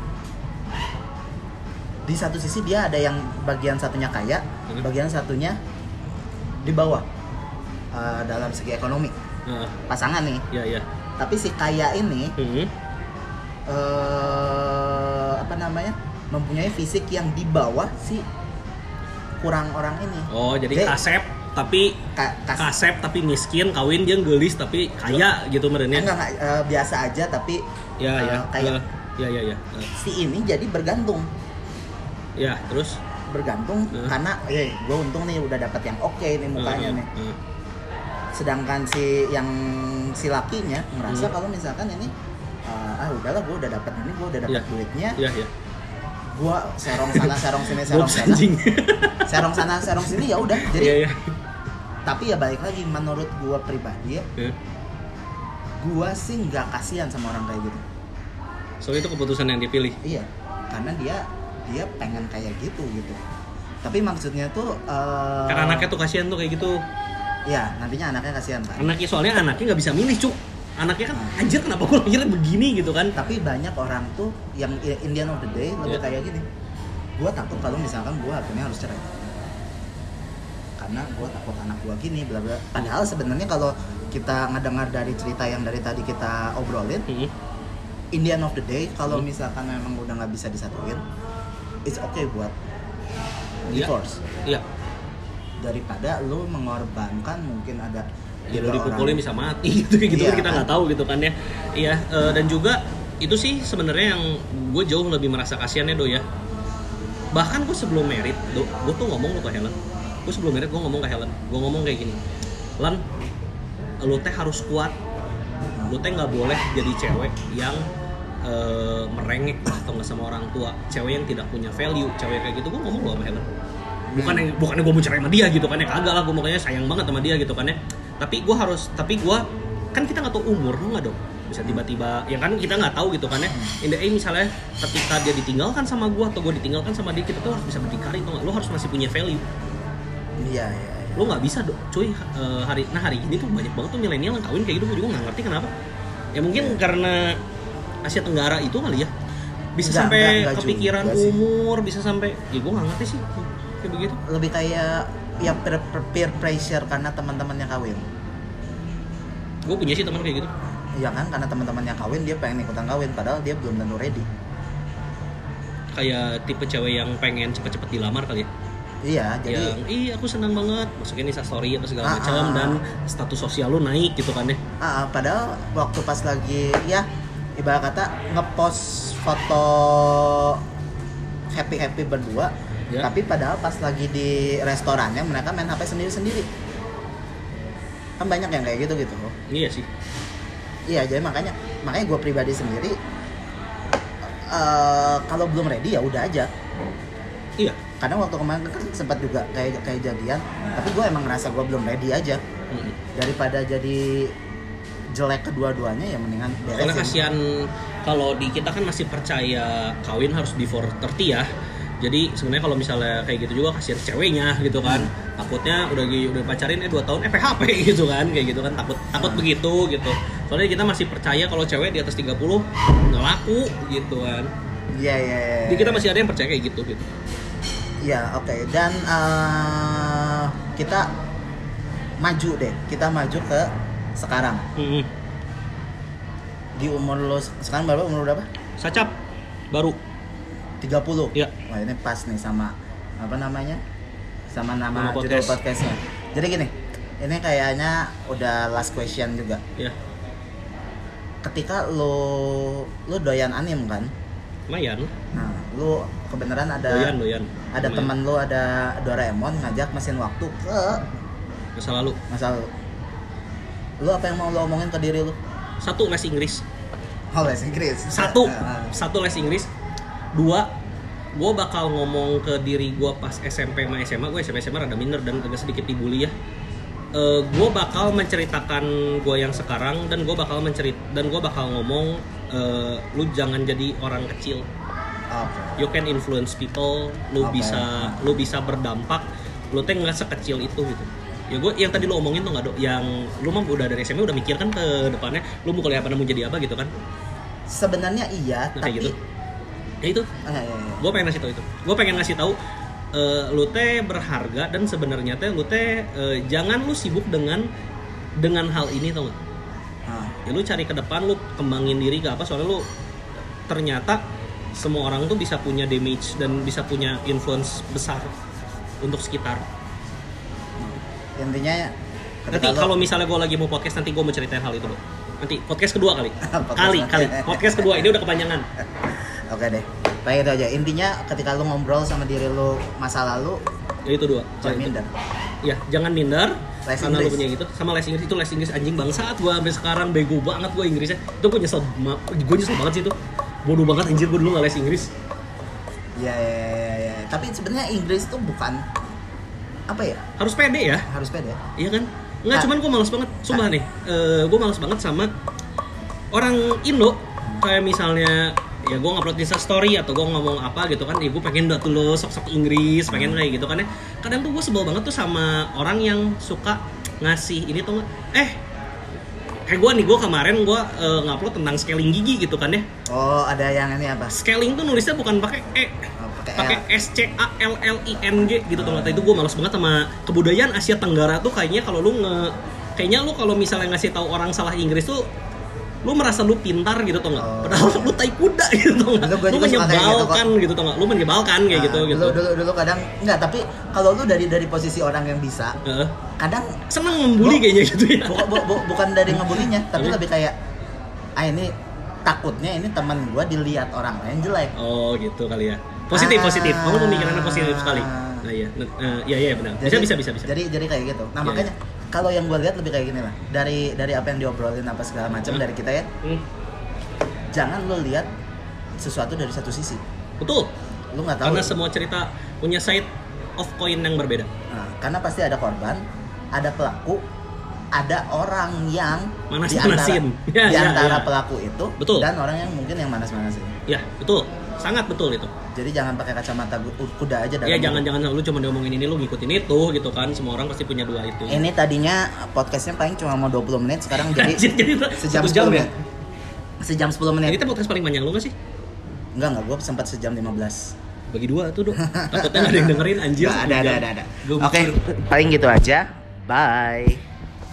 Di satu sisi dia ada yang bagian satunya kaya, bagian satunya di bawah dalam segi ekonomi. Pasangan nih. Iya. Tapi si kaya ini apa namanya? Mempunyai fisik yang di bawah si kurang orang ini. Oh, jadi kasep tapi kasep tapi miskin, kawin dia gelis tapi kaya gitu merenya. Enggak biasa aja tapi kayak si ini jadi bergantung. Ya, terus bergantung karena gue untung nih udah dapat yang oke nih mukanya nih. Sedangkan si lakinya ngerasa kalau misalkan ini udahlah gue udah dapat ini, gue udah dapat duitnya. Gue serong sana serong sini serong sana serong sini ya udah. Jadi tapi ya balik lagi menurut gue pribadi ya. Gue sih nggak kasihan sama orang kayak gitu. Soalnya itu keputusan yang dipilih. Iya, karena dia pengen kayak gitu. Tapi maksudnya tuh karena anaknya tuh kasihan tuh kayak gitu. Ya, nantinya anaknya kasihan kan. Soalnya anaknya nggak bisa milih, Cuk. Anaknya kan anjir kenapa gue akhirnya begini gitu kan. Tapi banyak orang tuh yang in the end of the day lebih kayak gini. Gue takut kalau misalkan gue akhirnya harus cerai. Karena gue takut anak gue gini bla bla. Padahal sebenarnya kalau kita ngedengar dari cerita yang dari tadi kita obrolin, in the end of the day kalau misalkan memang udah nggak bisa disatuin, it's okay buat divorce. Iya. Daripada lu mengorbankan mungkin ada lu dipukulin bisa mati gitu kan kita nggak tahu gitu kan ya. Iya, dan juga itu sih sebenarnya yang gue jauh lebih merasa kasihannya Do ya. Bahkan gue sebelum married, gue tuh ngomong ke Helen. Gue sebelum married gue ngomong ke Helen. Gue ngomong kayak gini. Lan, lu teh harus kuat. Lu teh nggak boleh jadi cewek yang merengek atau nggak sama orang tua, cewek yang tidak punya value, cewek kayak gitu. Gue ngomong sama Helen. Bukannya gue mau cerai sama dia gitu kan ya, kagak lah, gue makanya sayang banget sama dia gitu kan ya. Tapi gue kan kita nggak tahu umur lu nggak dong, bisa tiba-tiba ya kan kita nggak tahu gitu kan ya. Misalnya ketika dia ditinggalkan sama gue atau gue ditinggalkan sama dia, kita tuh harus bisa berdikari tuh nggak, lu harus masih punya value. Iya. Lu nggak bisa cuy hari ini tuh banyak banget tuh milenial yang kawin kayak gitu. Gue juga nggak ngerti kenapa. Ya mungkin karena Asia Tenggara itu kali ya, bisa sampai kepikiran umur, bisa sampai ya gue nggak ngerti sih kayak begitu. Lebih kayak ya peer pressure karena teman-temannya kawin. Gue punya sih teman kayak gitu. Iya kan, karena teman-temannya kawin dia pengen ikutan kawin padahal dia belum tentu ready. Kayak tipe cewek yang pengen cepet-cepet dilamar kali ya. Iya, jadi aku senang banget masukin Instastory atau segala macam dan status sosial lu naik gitu kan ya. Padahal waktu pas lagi ya ibarat kata ngepost foto happy berdua, tapi padahal pas lagi di restorannya mereka main HP sendiri-sendiri. Kan banyak yang kayak gitu. Iya sih. Iya, jadi makanya gue pribadi sendiri kalau belum ready ya udah aja. Iya. Kadang waktu kemarin kan sempat juga kayak jadian, tapi gue emang ngerasa gue belum ready aja. Daripada jadi jelek kedua-duanya ya mendingan beresin. Soalnya kasihan kalau di kita kan masih percaya kawin harus before 30 ya. Jadi sebenarnya kalau misalnya kayak gitu juga kasihan ceweknya gitu kan. Takutnya udah pacarin 2 tahun PHP gitu kan, kayak gitu kan, takut begitu gitu. Soalnya kita masih percaya kalau cewek di atas 30 nggak laku gitu kan. Iya. Jadi kita masih ada yang percaya kayak gitu. Iya, oke. Dan kita maju ke sekarang. Di umur lo sekarang umur berapa? Sacap baru 30. Iya. Wah, ini pas nih sama apa namanya? Sama nama judul podcastnya. Jadi gini, ini kayaknya udah last question juga. Iya. Ketika lo doyan anime kan? Lumayan. Nah, lu kebenaran ada doyan. Ada teman lu ada Doraemon ngajak mesin waktu ke masa lalu. Lu apa yang mau lu omongin ke diri lu? 1, les Inggris. Oh, les Inggris. 1 les Inggris. 2, gue bakal ngomong ke diri gue pas SMP sama SMA. Gue SMA rada minder dan agak sedikit dibully ya. Gue bakal menceritakan gue yang sekarang, dan gue bakal ngomong, lu jangan jadi orang kecil. You can influence people, lu bisa berdampak, lu teh nggak sekecil itu gitu. Ya gue yang tadi lu omongin tuh nggak, yang lu mah udah dari SMA udah mikir kan ke depannya lu mau kuliah apa, mau jadi apa gitu kan. Sebenarnya iya, nah, tapi gitu. Ya itu gue pengen ngasih tahu itu, gue pengen ngasih tahu lu teh berharga, dan sebenarnya teh lu teh jangan lu sibuk dengan hal ini, tau nggak? Ya lu cari ke depan, lu kembangin diri ke apa, soalnya lu ternyata semua orang tuh bisa punya damage dan bisa punya influence besar untuk sekitar. Intinya nanti kalau misalnya gue lagi mau podcast, nanti gue mau ceritain hal itu, bro. Nanti podcast kedua kali podcast kedua, ini udah kepanjangan. Oke deh, kayak itu aja. Intinya ketika lu ngobrol sama diri lu masa lalu, ya itu dua, jangan minder. Ya jangan minder les karena Inggris. lu punya gitu. Sama les Inggris anjing bangsat, gue sampai sekarang bego banget gue Inggrisnya. Itu gue nyesel banget sih itu. Bodoh banget anjir, gue dulu nggak les Inggris. Ya. Tapi sebenarnya Inggris itu bukan apa ya? Harus pede ya. Harus pede. Iya kan? Nggak, cuman gue malas banget. Sumpah nih, gue malas banget sama orang Indo. Kayak misalnya, ya gue ngupload Insta story atau gue ngomong apa gitu kan, ya gue pengen tuh lo sok-sok Inggris, pengen kayak gitu kan ya. Kadang tuh gue sebel banget tuh sama orang yang suka ngasih ini tuh kayak gue kemarin gue ngupload tentang scaling gigi gitu kan ya. Oh, ada yang ini apa? Scaling tuh nulisnya bukan pakai E, pakai SCALLING gitu tuh. Itu gue malas banget sama kebudayaan Asia Tenggara tuh. Kayaknya lu kalau misalnya ngasih tahu orang salah Inggris tuh, lu merasa lu pintar gitu tuh nggak? Padahal lu tai kuda gitu tuh nggak? Lu menyebalkan gitu tuh nggak? Lu menyebalkan kayak gitu. Dulu kadang nggak, tapi kalau lu dari posisi orang yang bisa, kadang seneng membuli kayaknya gitu ya. Bukan dari ngebulinya, tapi lebih kayak, ini takutnya ini teman gua dilihat orang lain jelek. Oh gitu kali ya. Positif. Kamu pemikirannya positif sekali. Nah iya benar. Bisa. Jadi kayak gitu. Nah makanya kalau yang gue lihat lebih kayak gini lah, dari apa yang diobrolin apa segala macam dari kita ya, jangan lo lihat sesuatu dari satu sisi. Betul. Lo nggak tahu. Karena semua cerita punya side of coin yang berbeda. Nah, karena pasti ada korban, ada pelaku, ada orang yang manas-manasin di antara pelaku itu, betul, dan orang yang mungkin yang manas-manasin. Ya betul. Sangat betul itu. Jadi jangan pakai kacamata kuda aja. Ya jangan lu cuma diomongin ini, lu ngikutin itu gitu kan. Semua orang pasti punya dua itu. Ini tadinya podcastnya paling cuma mau 20 menit, sekarang jadi sejam 10 menit. Sejam 10 menit. Ini podcast paling panjang lu gak sih? Enggak, gue sempat sejam 15. Bagi dua tuh dong. Takutnya gak ada yang dengerin anjir. Ada. Oke, paling gitu aja. Bye.